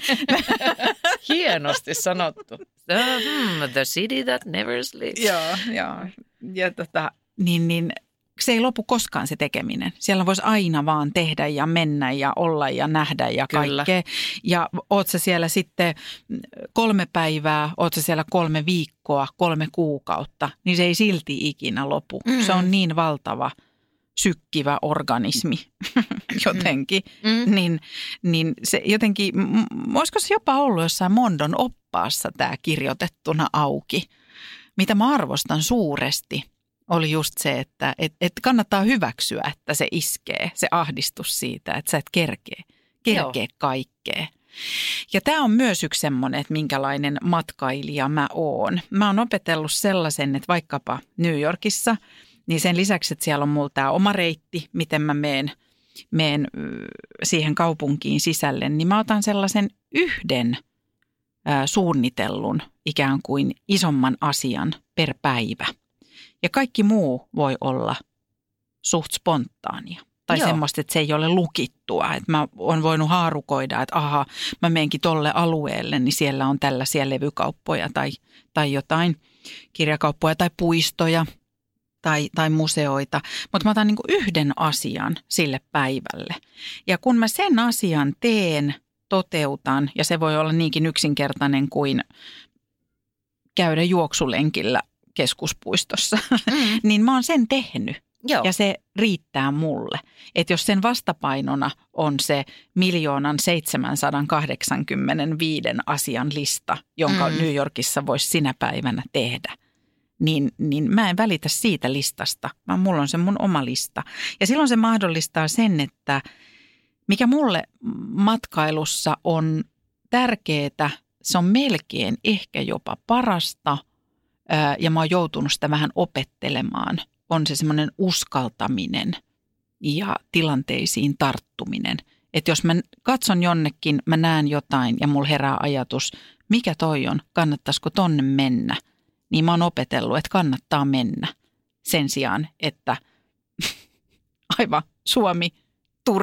Hienosti sanottu. The city that never sleeps. Joo, joo. Ja tota, niin, niin, se ei lopu koskaan se tekeminen. Siellä voisi aina vaan tehdä ja mennä ja olla ja nähdä ja kaikkea. Ja oot sä siellä sitten kolme päivää, oot sä siellä kolme viikkoa, kolme kuukautta, niin se ei silti ikinä lopu. Mm. Se on niin valtava sykkivä organismi jotenkin, mm. niin, niin se jotenkin, olisiko se jopa ollut jossain Mondon oppaassa tämä kirjoitettuna auki, mitä mä arvostan suuresti, oli just se, että et, et kannattaa hyväksyä, että se iskee, se ahdistus siitä, että sä et kerkee, kerkee kaikkea. Ja tämä on myös yksi semmoinen, että minkälainen matkailija mä oon. Mä oon opetellut sellaisen, että vaikkapa New Yorkissa, niin sen lisäksi, että siellä on mulla tämä oma reitti, miten mä meen, meen siihen kaupunkiin sisälle, niin mä otan sellaisen yhden ää, suunnitellun ikään kuin isomman asian per päivä. Ja kaikki muu voi olla suht spontaania. Tai Joo. semmoista, että se ei ole lukittua. Että mä oon voinut haarukoida, että aha, mä menenkin tolle alueelle, niin siellä on tällaisia levykauppoja tai, tai jotain kirjakauppoja tai puistoja. Tai, tai museoita, mutta mä otan niin kuin yhden asian sille päivälle. Ja kun mä sen asian teen, toteutan, ja se voi olla niinkin yksinkertainen kuin käydä juoksulenkillä keskuspuistossa, mm. niin mä oon sen tehnyt. Joo. Ja se riittää mulle. Että jos sen vastapainona on se miljoonan seitsemänsadan kahdeksankymmentäviiden asian lista, jonka mm. New Yorkissa voisi sinä päivänä tehdä, Niin, niin mä en välitä siitä listasta, vaan mulla on se mun oma lista. Ja silloin se mahdollistaa sen, että mikä mulle matkailussa on tärkeää, se on melkein ehkä jopa parasta, ja mä oon joutunut sitä vähän opettelemaan, on se semmoinen uskaltaminen ja tilanteisiin tarttuminen. Että jos mä katson jonnekin, mä näen jotain ja mulla herää ajatus, mikä toi on, kannattaisiko tonne mennä, niin mä oon opetellut, että kannattaa mennä sen sijaan, että aivan Suomi, turre,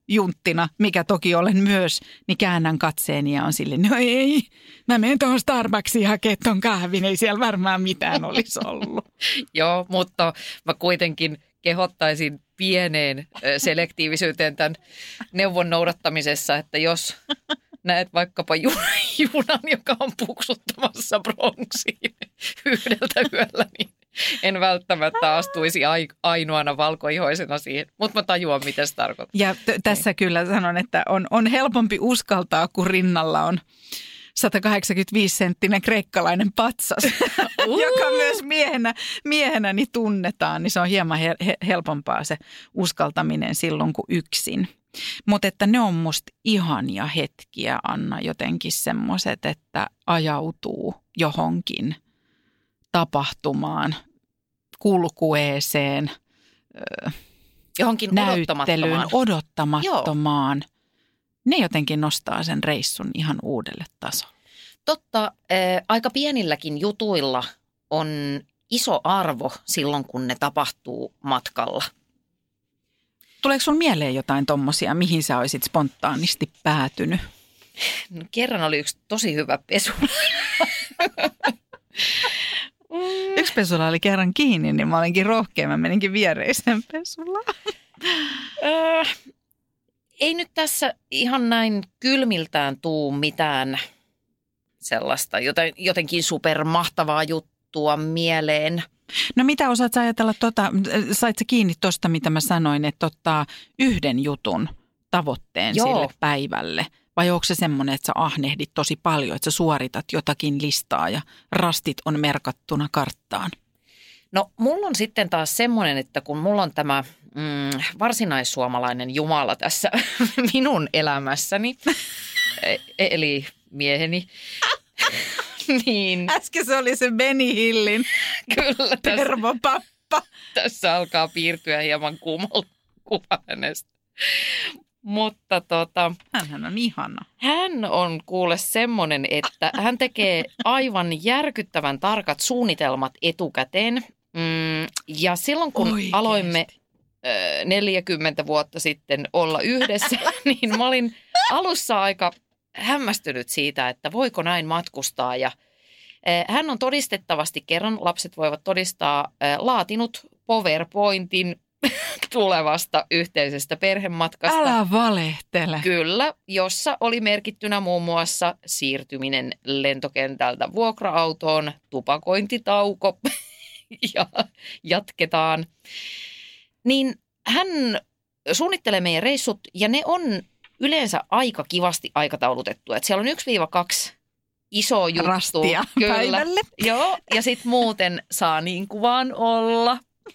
junttina, mikä toki olen myös, niin käännän katseeni ja on silleen, no ei, mä menen tuohon Starbucksiin hakemaan ton kahvin, ei siellä varmaan mitään olisi ollut. Joo, mutta mä kuitenkin kehottaisin pieneen selektiivisyyteen tämän neuvon noudattamisessa, että jos näet vaikkapa junan, joka on puksuttamassa Bronxiin yhdeltä yöllä, niin en välttämättä astuisi ainoana valkoihoisena siihen, mutta mä tajuan, mitä se tarkoittaa. Ja t- tässä kyllä sanon, että on, on helpompi uskaltaa, kun rinnalla on sata kahdeksankymmentäviisi senttinen kreikkalainen patsas, joka myös miehenä, miehenäni tunnetaan, niin se on hieman he, he, helpompaa se uskaltaminen silloin kuin yksin. Mutta että ne on musta ihania hetkiä, Anna, jotenkin semmoiset, että ajautuu johonkin tapahtumaan, kulkueeseen, johonkin näyttelyyn, odottamattomaan. odottamattomaan. Joo. Ne jotenkin nostaa sen reissun ihan uudelle tasolle. Totta, äh, aika pienilläkin jutuilla on iso arvo silloin, kun ne tapahtuu matkalla. Tuleeko sun mieleen jotain tommosia, mihin sä olisit spontaanisti päätynyt? No, kerran oli yksi tosi hyvä pesula. Yksi pesula oli kerran kiinni, niin mä olinkin rohkea. Mä meninkin viereiseen pesulaan. Öö, ei nyt tässä ihan näin kylmiltään tuu mitään sellaista joten, jotenkin supermahtavaa juttua mieleen. No mitä osaat sä ajatella, tota, sait sä kiinni tosta, mitä mä sanoin, että ottaa yhden jutun tavoitteen Joo. sille päivälle? Vai onko se semmoinen, että sä ahnehdit tosi paljon, että sä suoritat jotakin listaa ja rastit on merkattuna karttaan? No mulla on sitten taas semmoinen, että kun mulla on tämä mm, varsinaissuomalainen Jumala tässä minun elämässäni, eli mieheni, niin... Äsken se oli se Benny Hillin Kyllä, tervopappa. Tässä alkaa piirtyä hieman kuumolla kuva hänestä. Mutta tota... Hänhän on ihana. Hän on kuule semmoinen, että hän tekee aivan järkyttävän tarkat suunnitelmat etukäteen. Mm, ja silloin kun Oikeesti? aloimme ö, neljäkymmentä vuotta sitten olla yhdessä, niin mä olin alussa aika hämmästynyt siitä, että voiko näin matkustaa. Ja ö, hän on todistettavasti kerran, lapset voivat todistaa, ö, laatinut PowerPointin tulevasta yhteisestä perhematkasta. Älä valehtele. Kyllä, jossa oli merkittynä muun muassa siirtyminen lentokentältä vuokra-autoon, tupakointitauko ja jatketaan. Niin hän suunnittelee meidän reissut ja ne on yleensä aika kivasti aikataulutettu. Et siellä on yksi kaksi iso juttu. Rastia Kyllä. päivälle. Joo, ja sitten muuten saa niin kuin vaan olla.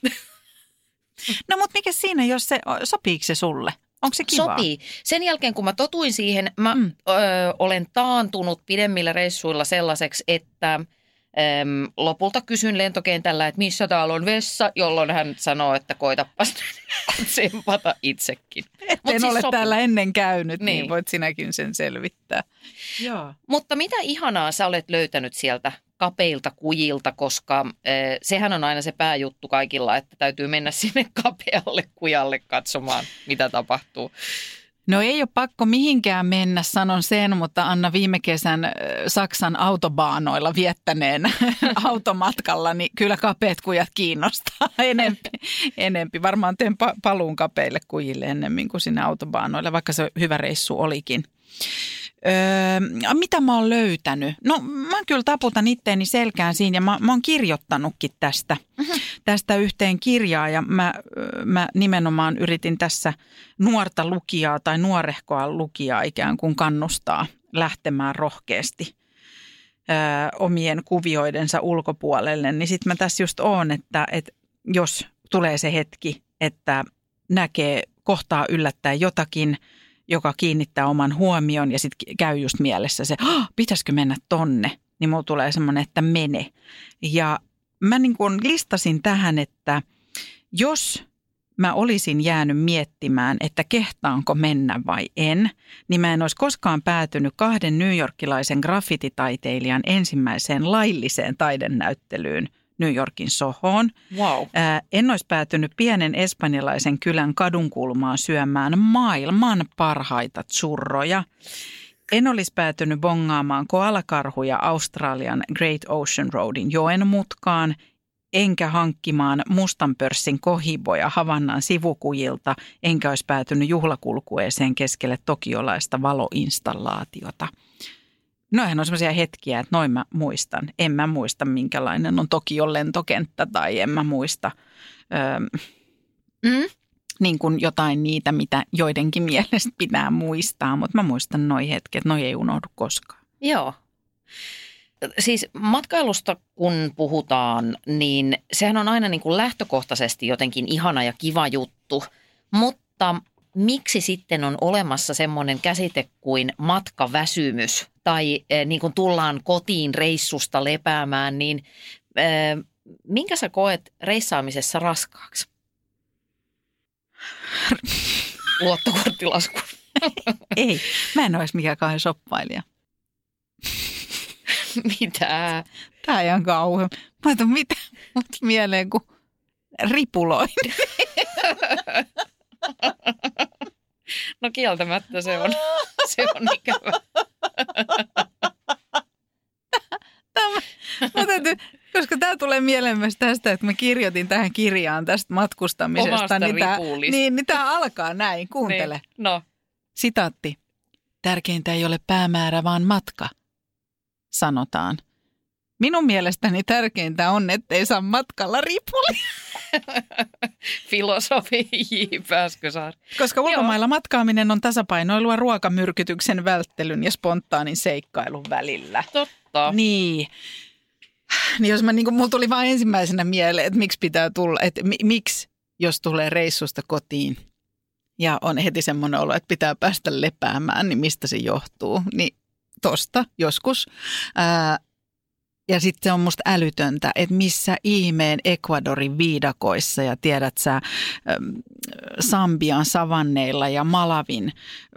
No mutta mikä siinä, jos se, sopiiko se sulle? Onko se kivaa? Sopii. Sen jälkeen, kun mä totuin siihen, mä Mm. ö, olen taantunut pidemmillä reissuilla sellaiseksi, että ö, lopulta kysyn lentokentällä, että missä täällä on vessa, jolloin hän sanoo, että koitapas tsempata itsekin. Et Mut en siis ole sopii. täällä ennen käynyt, niin. Niin. niin voit sinäkin sen selvittää. Joo. Mutta mitä ihanaa sä olet löytänyt sieltä kapeilta kujilta, koska äh, sehän on aina se pääjuttu kaikilla, että täytyy mennä sinne kapealle kujalle katsomaan, mitä tapahtuu. No ei ole pakko mihinkään mennä, sanon sen, mutta Anna viime kesän äh, Saksan autobaanoilla viettäneen automatkalla, niin kyllä kapeat kujat kiinnostaa enempi. enempi. Varmaan teen pa- paluun kapeille kujille ennemmin kuin sinne autobaanoille, vaikka se hyvä reissu olikin. Öö, mitä mä oon löytänyt? No mä kyllä taputan itteeni selkään siinä ja mä, mä oon kirjoittanutkin tästä, mm-hmm. tästä yhteen kirjaa ja mä, mä nimenomaan yritin tässä nuorta lukijaa tai nuorehkoa lukijaa ikään kuin kannustaa lähtemään rohkeasti öö, omien kuvioidensa ulkopuolelle. Niin sit mä tässä just oon, että, että jos tulee se hetki, että näkee, kohtaa yllättäen jotakin, joka kiinnittää oman huomion ja sitten käy just mielessä se, oh, pitäisikö mennä tonne, niin mulla tulee semmoinen, että mene. Ja mä niin kuin listasin tähän, että jos mä olisin jäänyt miettimään, että kehtaanko mennä vai en, niin mä en olisi koskaan päätynyt kahden newyorkilaisen graffititaiteilijan ensimmäiseen lailliseen taidennäyttelyyn New Yorkin Sohoon. Wow. Ää, en olisi päätynyt pienen espanjalaisen kylän kadunkulmaan syömään maailman parhaita churroja. En olisi päätynyt bongaamaan koalakarhuja Australian Great Ocean Roadin joen mutkaan, enkä hankkimaan mustan pörssin kohiboja Havannan sivukujilta, enkä olisi päätynyt juhlakulkueeseen keskelle tokiolaista valoinstallaatiota. Noihän on sellaisia hetkiä, että noin mä muistan. En mä muista, minkälainen on Tokion lentokenttä tai en mä muista öö, mm? niin kuin jotain niitä, mitä joidenkin mielestä pitää muistaa. Mutta mä muistan noi hetket, noi ei unohdu koskaan. Joo. Siis matkailusta kun puhutaan, niin sehän on aina niin kuin lähtökohtaisesti jotenkin ihana ja kiva juttu, mutta miksi sitten on olemassa semmoinen käsite kuin matkaväsymys tai eh, niin kuin tullaan kotiin reissusta lepäämään, niin eh, minkä sä koet reissaamisessa raskaaksi? Luottokorttilasku. Ei, mä en olisi mikään kauhean shoppailija. Mitä? Tää on ihan kauhean. Mä otan mitä mut mieleen kuin ripuloin. No kieltämättä se on, se on ikävä. Tämä, mä täytyy, koska tämä tulee mieleen myös tästä, että mä kirjoitin tähän kirjaan tästä matkustamisesta. Omasta niin tämä, ripullista. niin, niin tämä alkaa näin. Kuuntele. Niin, no. Sitaatti. Tärkeintä ei ole päämäärä, vaan matka, sanotaan. Minun mielestäni tärkeintä on, ettei saa matkalla ripuli. Filosofi J. Pääskysaari. Koska ulkomailla matkaaminen on tasapainoilua ruokamyrkytyksen välttelyn ja spontaanin seikkailun välillä. Totta. Niin. Niin jos mä niin kuin, mulla tuli vaan ensimmäisenä mieleen, että miksi pitää tulla, että mi, miksi jos tulee reissusta kotiin ja on heti semmoinen olo, että pitää päästä lepäämään, niin mistä se johtuu? Niin tosta joskus. Ää, ja sitten se on musta älytöntä, että missä ihmeen Ecuadorin viidakoissa ja tiedät sä Sambian savanneilla ja Malavin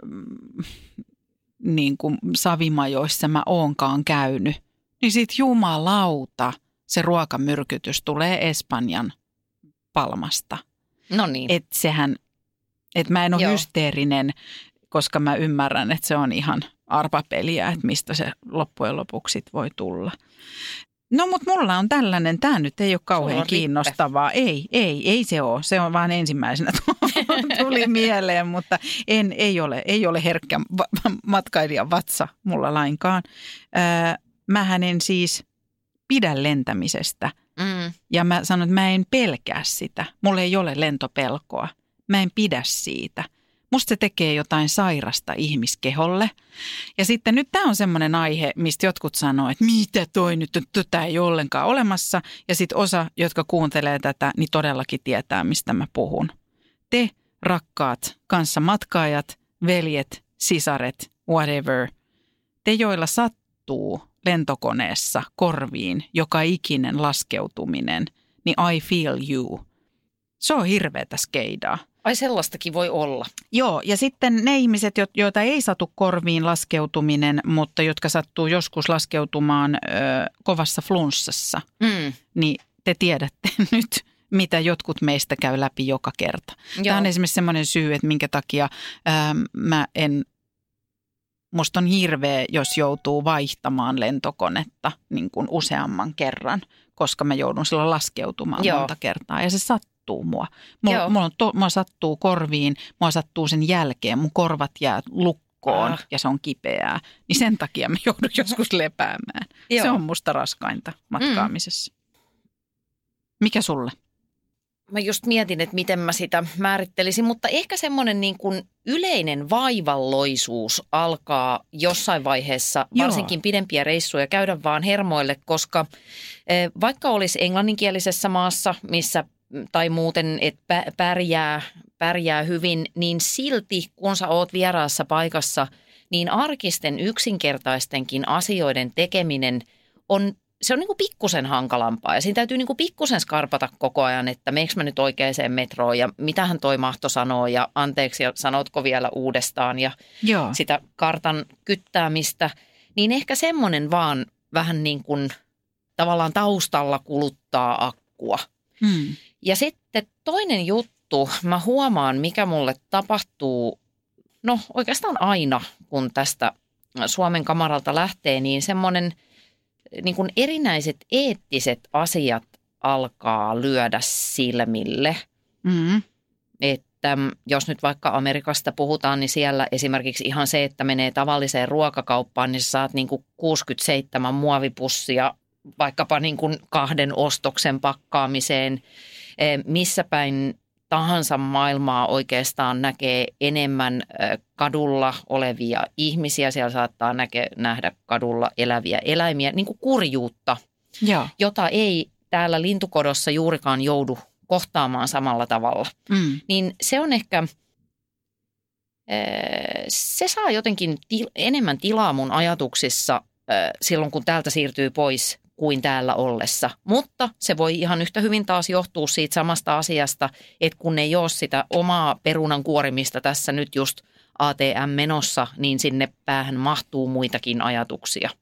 niin kuin savimajoissa mä oonkaan käynyt. Niin sit jumalauta se ruokamyrkytys tulee Espanjan Palmasta. No niin. Että sehän, että mä en ole Joo. hysteerinen, koska mä ymmärrän, että se on ihan arpapeliä, että mistä se loppujen lopuksi sit voi tulla. No mutta mulla on tällainen, tämä nyt ei ole kauhean kiinnostavaa. Ei, ei, ei se ole. Se on vaan ensimmäisenä tuli mieleen, mutta en, ei, ole, ei ole herkkä matkailijan vatsa mulla lainkaan. Öö, mähän en siis pidä lentämisestä Mm. ja mä sanon, että mä en pelkää sitä. Mulla ei ole lentopelkoa. Mä en pidä siitä. Musta se tekee jotain sairasta ihmiskeholle. Ja sitten nyt tämä on semmoinen aihe, mistä jotkut sanoo, että mitä toi nyt, tätä ei ole ollenkaan olemassa. Ja sitten osa, jotka kuuntelee tätä, niin todellakin tietää, mistä mä puhun. Te, rakkaat kanssamatkaajat, veljet, sisaret, whatever. Te, joilla sattuu lentokoneessa korviin joka ikinen laskeutuminen, niin I feel you. Se on hirveätä skeidaa. Ai sellaistakin voi olla. Joo, ja sitten ne ihmiset, joita ei satu korviin laskeutuminen, mutta jotka sattuu joskus laskeutumaan ö, kovassa flunssassa, Mm. niin te tiedätte nyt, mitä jotkut meistä käy läpi joka kerta. Joo. Tämä on esimerkiksi semmoinen syy, että minkä takia ö, mä en, musta on hirveä, jos joutuu vaihtamaan lentokonetta niin kuin useamman kerran, koska mä joudun silloin laskeutumaan Joo. monta kertaa ja se sattuu. Mua. Mulla, Joo. mulla, on to, mulla sattuu korviin, mulla sattuu sen jälkeen, mun korvat jää lukkoon Ah. ja se on kipeää. Niin sen takia mä joudun joskus lepäämään. Joo. Se on musta raskainta matkaamisessa. Mm. Mikä sulle? Mä just mietin, että miten mä sitä määrittelisin, mutta ehkä semmoinen niin kuin yleinen vaivalloisuus alkaa jossain vaiheessa, Joo. varsinkin pidempiä reissuja, käydä vaan hermoille, koska eh, vaikka olisi englanninkielisessä maassa, missä tai muuten, että pärjää, pärjää hyvin, niin silti kun sä oot vieraassa paikassa, niin arkisten yksinkertaistenkin asioiden tekeminen on, se on niin kuin pikkusen hankalampaa. Ja siinä täytyy niin kuin pikkusen skarpata koko ajan, että meneekö mä nyt oikeaan metroon ja mitähän toi mahto sanoo ja anteeksi ja sanotko vielä uudestaan ja Joo. sitä kartan kyttäämistä. Niin ehkä semmoinen vaan vähän niin kuin tavallaan taustalla kuluttaa akkua. Hmm. Ja sitten toinen juttu, mä huomaan, mikä mulle tapahtuu, no oikeastaan aina, kun tästä Suomen kamaralta lähtee, niin semmoinen niin kuin erinäiset eettiset asiat alkaa lyödä silmille. Hmm. Että jos nyt vaikka Amerikasta puhutaan, niin siellä esimerkiksi ihan se, että menee tavalliseen ruokakauppaan, niin sä saat niin kuin kuusikymmentäseitsemän muovipussia vaikkapa niin kuin kahden ostoksen pakkaamiseen. Missä päin tahansa maailmaa oikeastaan näkee enemmän kadulla olevia ihmisiä. Siellä saattaa näke, nähdä kadulla eläviä eläimiä, niin kuin kurjuutta, Joo. jota ei täällä lintukodossa juurikaan joudu kohtaamaan samalla tavalla. Mm. Niin se on ehkä, se saa jotenkin til, enemmän tilaa mun ajatuksissa silloin, kun täältä siirtyy pois kuin täällä ollessa. Mutta se voi ihan yhtä hyvin taas johtua siitä samasta asiasta, että kun ei ole sitä omaa perunan kuorimista tässä nyt just A T M-menossa, niin sinne päähän mahtuu muitakin ajatuksia.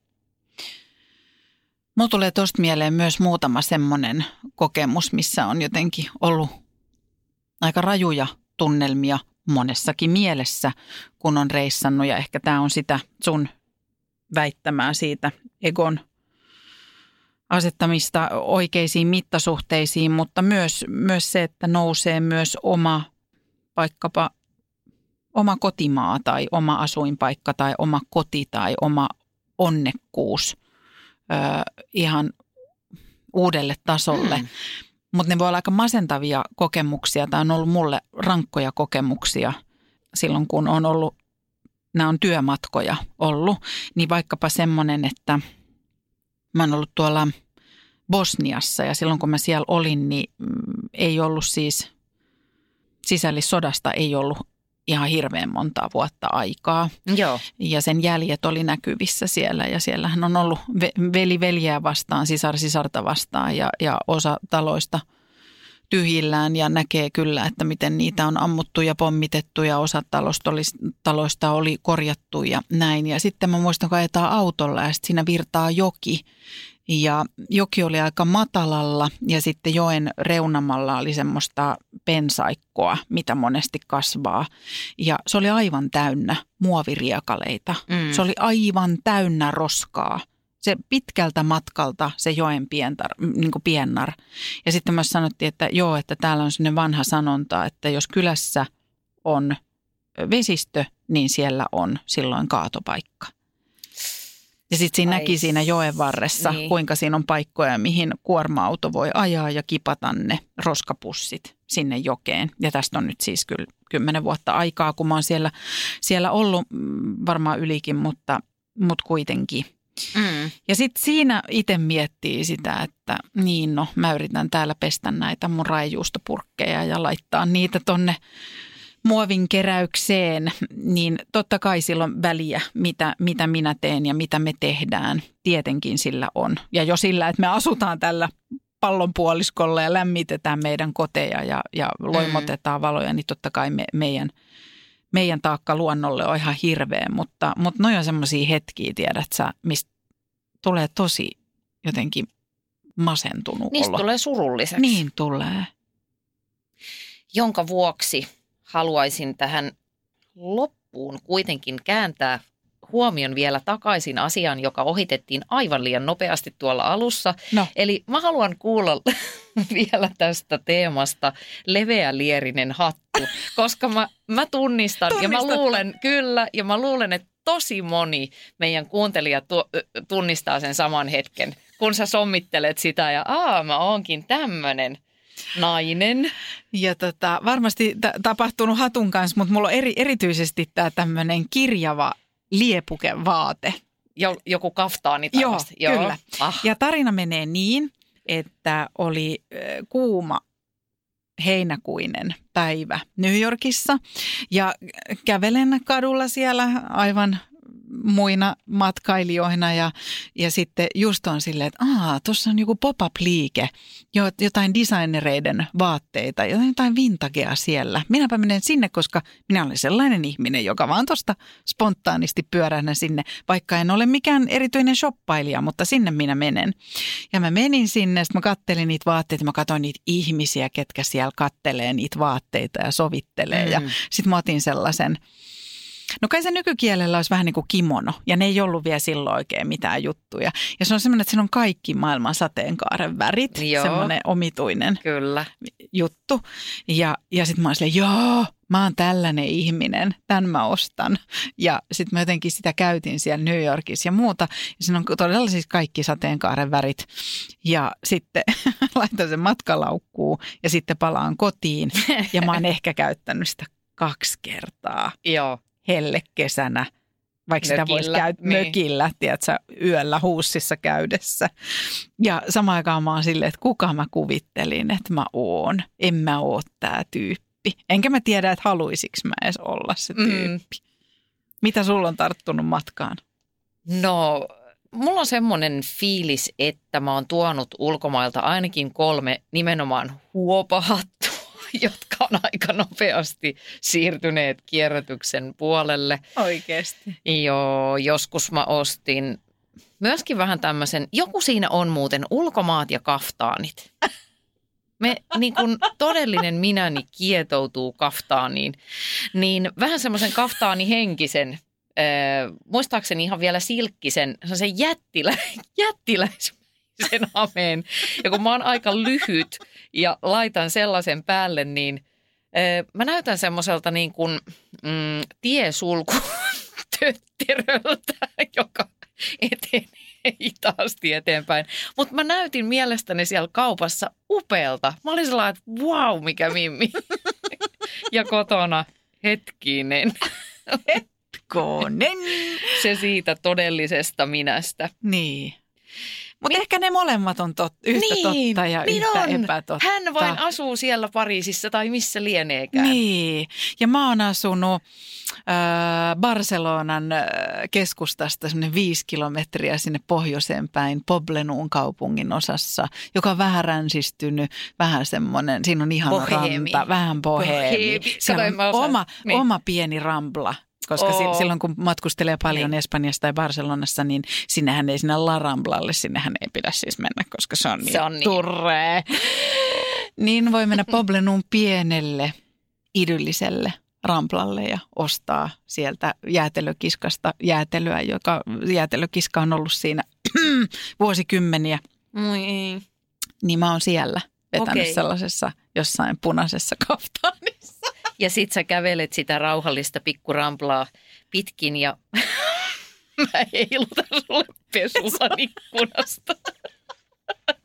Mulla tulee tuosta mieleen myös muutama semmoinen kokemus, missä on jotenkin ollut aika rajuja tunnelmia monessakin mielessä, kun on reissannut. Ja ehkä tämä on sitä sun väittämää siitä egon asettamista oikeisiin mittasuhteisiin, mutta myös, myös se, että nousee myös oma vaikkapa oma kotimaa tai oma asuinpaikka tai oma koti tai oma onnekkuus ö, ihan uudelle tasolle. Mm. Mutta ne voi olla aika masentavia kokemuksia. Tämä on ollut mulle rankkoja kokemuksia silloin, kun on ollut, nämä on työmatkoja ollut, niin vaikkapa semmoinen, että mä oon ollut tuolla Bosniassa ja silloin kun mä siellä olin, niin ei ollut siis, sisällissodasta ei ollut ihan hirveän montaa vuotta aikaa. Joo. Ja sen jäljet oli näkyvissä siellä ja siellähän on ollut veli veljeä vastaan, sisar sisarta vastaan ja, ja osa taloista tyhjillään ja näkee kyllä, että miten niitä on ammuttu ja pommitettu ja osa taloista oli, taloista oli korjattu ja näin. Ja sitten mä muistan, kun ajetaan autolla ja sitten siinä virtaa joki ja joki oli aika matalalla ja sitten joen reunamalla oli semmoista pensaikkoa, mitä monesti kasvaa. Ja se oli aivan täynnä muoviriekaleita. Mm. Se oli aivan täynnä roskaa. Se pitkältä matkalta se joen pientar, niin kuin piennar. Ja sitten myös sanottiin, että joo, että täällä on sellainen vanha sanonta, että jos kylässä on vesistö, niin siellä on silloin kaatopaikka. Ja sitten siinä Ai, näki siinä joen varressa, niin. kuinka siinä on paikkoja, mihin kuorma-auto voi ajaa ja kipata ne roskapussit sinne jokeen. Ja tästä on nyt siis kyllä kymmenen vuotta aikaa, kun mä oon siellä, siellä ollut varmaan ylikin, mutta, mutta kuitenkin. Mm. Ja sitten siinä itse miettii sitä, että niin no mä yritän täällä pestä näitä mun raijuustopurkkeja ja laittaa niitä tonne muovin keräykseen, niin totta kai silloin väliä, mitä, mitä minä teen ja mitä me tehdään. Tietenkin sillä on. Ja jo sillä, että me asutaan tällä pallonpuoliskolla ja lämmitetään meidän koteja ja, ja loimotetaan valoja, niin totta kai me, meidän, meidän taakka luonnolle on ihan hirveä. Mutta, mutta noi on semmoisia hetkiä, tiedät sä, mistä tulee tosi jotenkin masentunut Niistä olo. tulee surulliseksi. Niin tulee. Jonka vuoksi haluaisin tähän loppuun kuitenkin kääntää huomion vielä takaisin asiaan, joka ohitettiin aivan liian nopeasti tuolla alussa. No. Eli mä haluan kuulla vielä tästä teemasta leveälierinen hattu, koska mä, mä tunnistan Tunnistat. ja mä luulen, kyllä, ja mä luulen, että tosi moni meidän kuuntelija tu, tunnistaa sen saman hetken, kun sä sommittelet sitä ja aa, mä oonkin tämmönen nainen. Ja tota, varmasti t- tapahtunut hatun kanssa, mutta mulla on eri, erityisesti tämä tämmöinen kirjava liepukevaate. Jo, joku kaftaani Joo, Joo, kyllä. Ah. Ja tarina menee niin, että oli äh, kuuma heinäkuinen päivä New Yorkissa ja kävelen kadulla siellä aivan muina matkailijoina ja, ja sitten just on silleen, että aah, tuossa on joku pop-up-liike, jotain designereiden vaatteita, jotain vintagea siellä. Minäpä menen sinne, koska minä olen sellainen ihminen, joka vaan tuosta spontaanisti pyörähdän sinne, vaikka en ole mikään erityinen shoppailija, mutta sinne minä menen. Ja mä menin sinne, sitten mä kattelin niitä vaatteita, mä katsoin niitä ihmisiä, ketkä siellä kattelee niitä vaatteita ja sovittelee mm. ja sitten mä otin sellaisen. No kai se nykykielellä olisi vähän niin kuin kimono, ja ne ei ollut vielä silloin oikein mitään juttuja. Ja se on semmoinen, että siinä on kaikki maailman sateenkaaren värit, Joo. semmoinen omituinen Kyllä. juttu. Ja, ja sitten mä oon silleen, joo, mä oon tällainen ihminen, tämän mä ostan. Ja sitten mä jotenkin sitä käytin siellä New Yorkissa ja muuta. Ja siinä on todella siis kaikki sateenkaaren värit. Ja sitten laitan sen matkalaukkuun ja sitten palaan kotiin. Ja mä oon ehkä käyttänyt sitä kaksi kertaa. Joo. Hellekesänä, vaikka mökillä, sitä voisi käydä niin. mökillä, tiedätkö, yöllä huussissa käydessä. Ja samaan aikaan mä oon silleen, että kuka mä kuvittelin, että mä oon. En mä oo tää tyyppi. Enkä mä tiedä, että haluisiks mä edes olla se tyyppi. Mm. Mitä sulla on tarttunut matkaan? No, mulla on semmoinen fiilis, että mä oon tuonut ulkomailta ainakin kolme nimenomaan huopahattua, jotka on aika nopeasti siirtyneet kierrätyksen puolelle. Oikeasti. Joo, joskus mä ostin myöskin vähän tämmöisen, joku siinä on muuten ulkomaat ja kaftaanit. Me niin kun todellinen minäni kietoutuu kaftaaniin, niin vähän semmoisen kaftaanihenkisen, äh, muistaakseni ihan vielä silkkisen, semmoisen jättilä, jättiläisen hameen. Ja kun mä oon aika lyhyt ja laitan sellaisen päälle, niin äh, mä näytän semmoiselta niin kuin mm, tiesulku tötteröltä, joka etenee hitaasti eteenpäin. Mutta mä näytin mielestäni siellä kaupassa upealta. Mä olin sellainen, että vau, mikä mimmi. Ja kotona hetkinen. Hetkonen. Se siitä todellisesta minästä. Niin. Mutta ehkä ne molemmat on tot, yhtä niin, totta ja niin yhtä on. Epätotta. Hän vain asuu siellä Pariisissa tai missä lieneekään. Niin. Ja mä oon asunut äh, Barcelonan äh, keskustasta semmoinen viisi kilometriä sinne pohjoiseen päin Poblenuun kaupungin osassa, joka on vähän ränsistynyt, vähän semmoinen, siinä on ihana boheemi. Ranta, vähän boheemi. Siellä on oma, niin. oma pieni rambla. Koska oh. silloin, kun matkustelee paljon niin. Espanjassa tai Barcelonassa, niin sinnehän ei sinne La Ramblalle, sinnehän ei pidä siis mennä, koska se on niin, se on niin. turree. Niin voi mennä Poblenuun pienelle, idylliselle Ramblalle ja ostaa sieltä jäätelökiskasta jäätelöä, joka jäätelökiska on ollut siinä vuosikymmeniä. Mm. Niin mä oon siellä vetänyt okay. sellaisessa jossain punaisessa kaftaanissa. Ja sit sä kävelet sitä rauhallista pikkuramplaa pitkin ja mä heilutan sulle pesulan ikkunasta.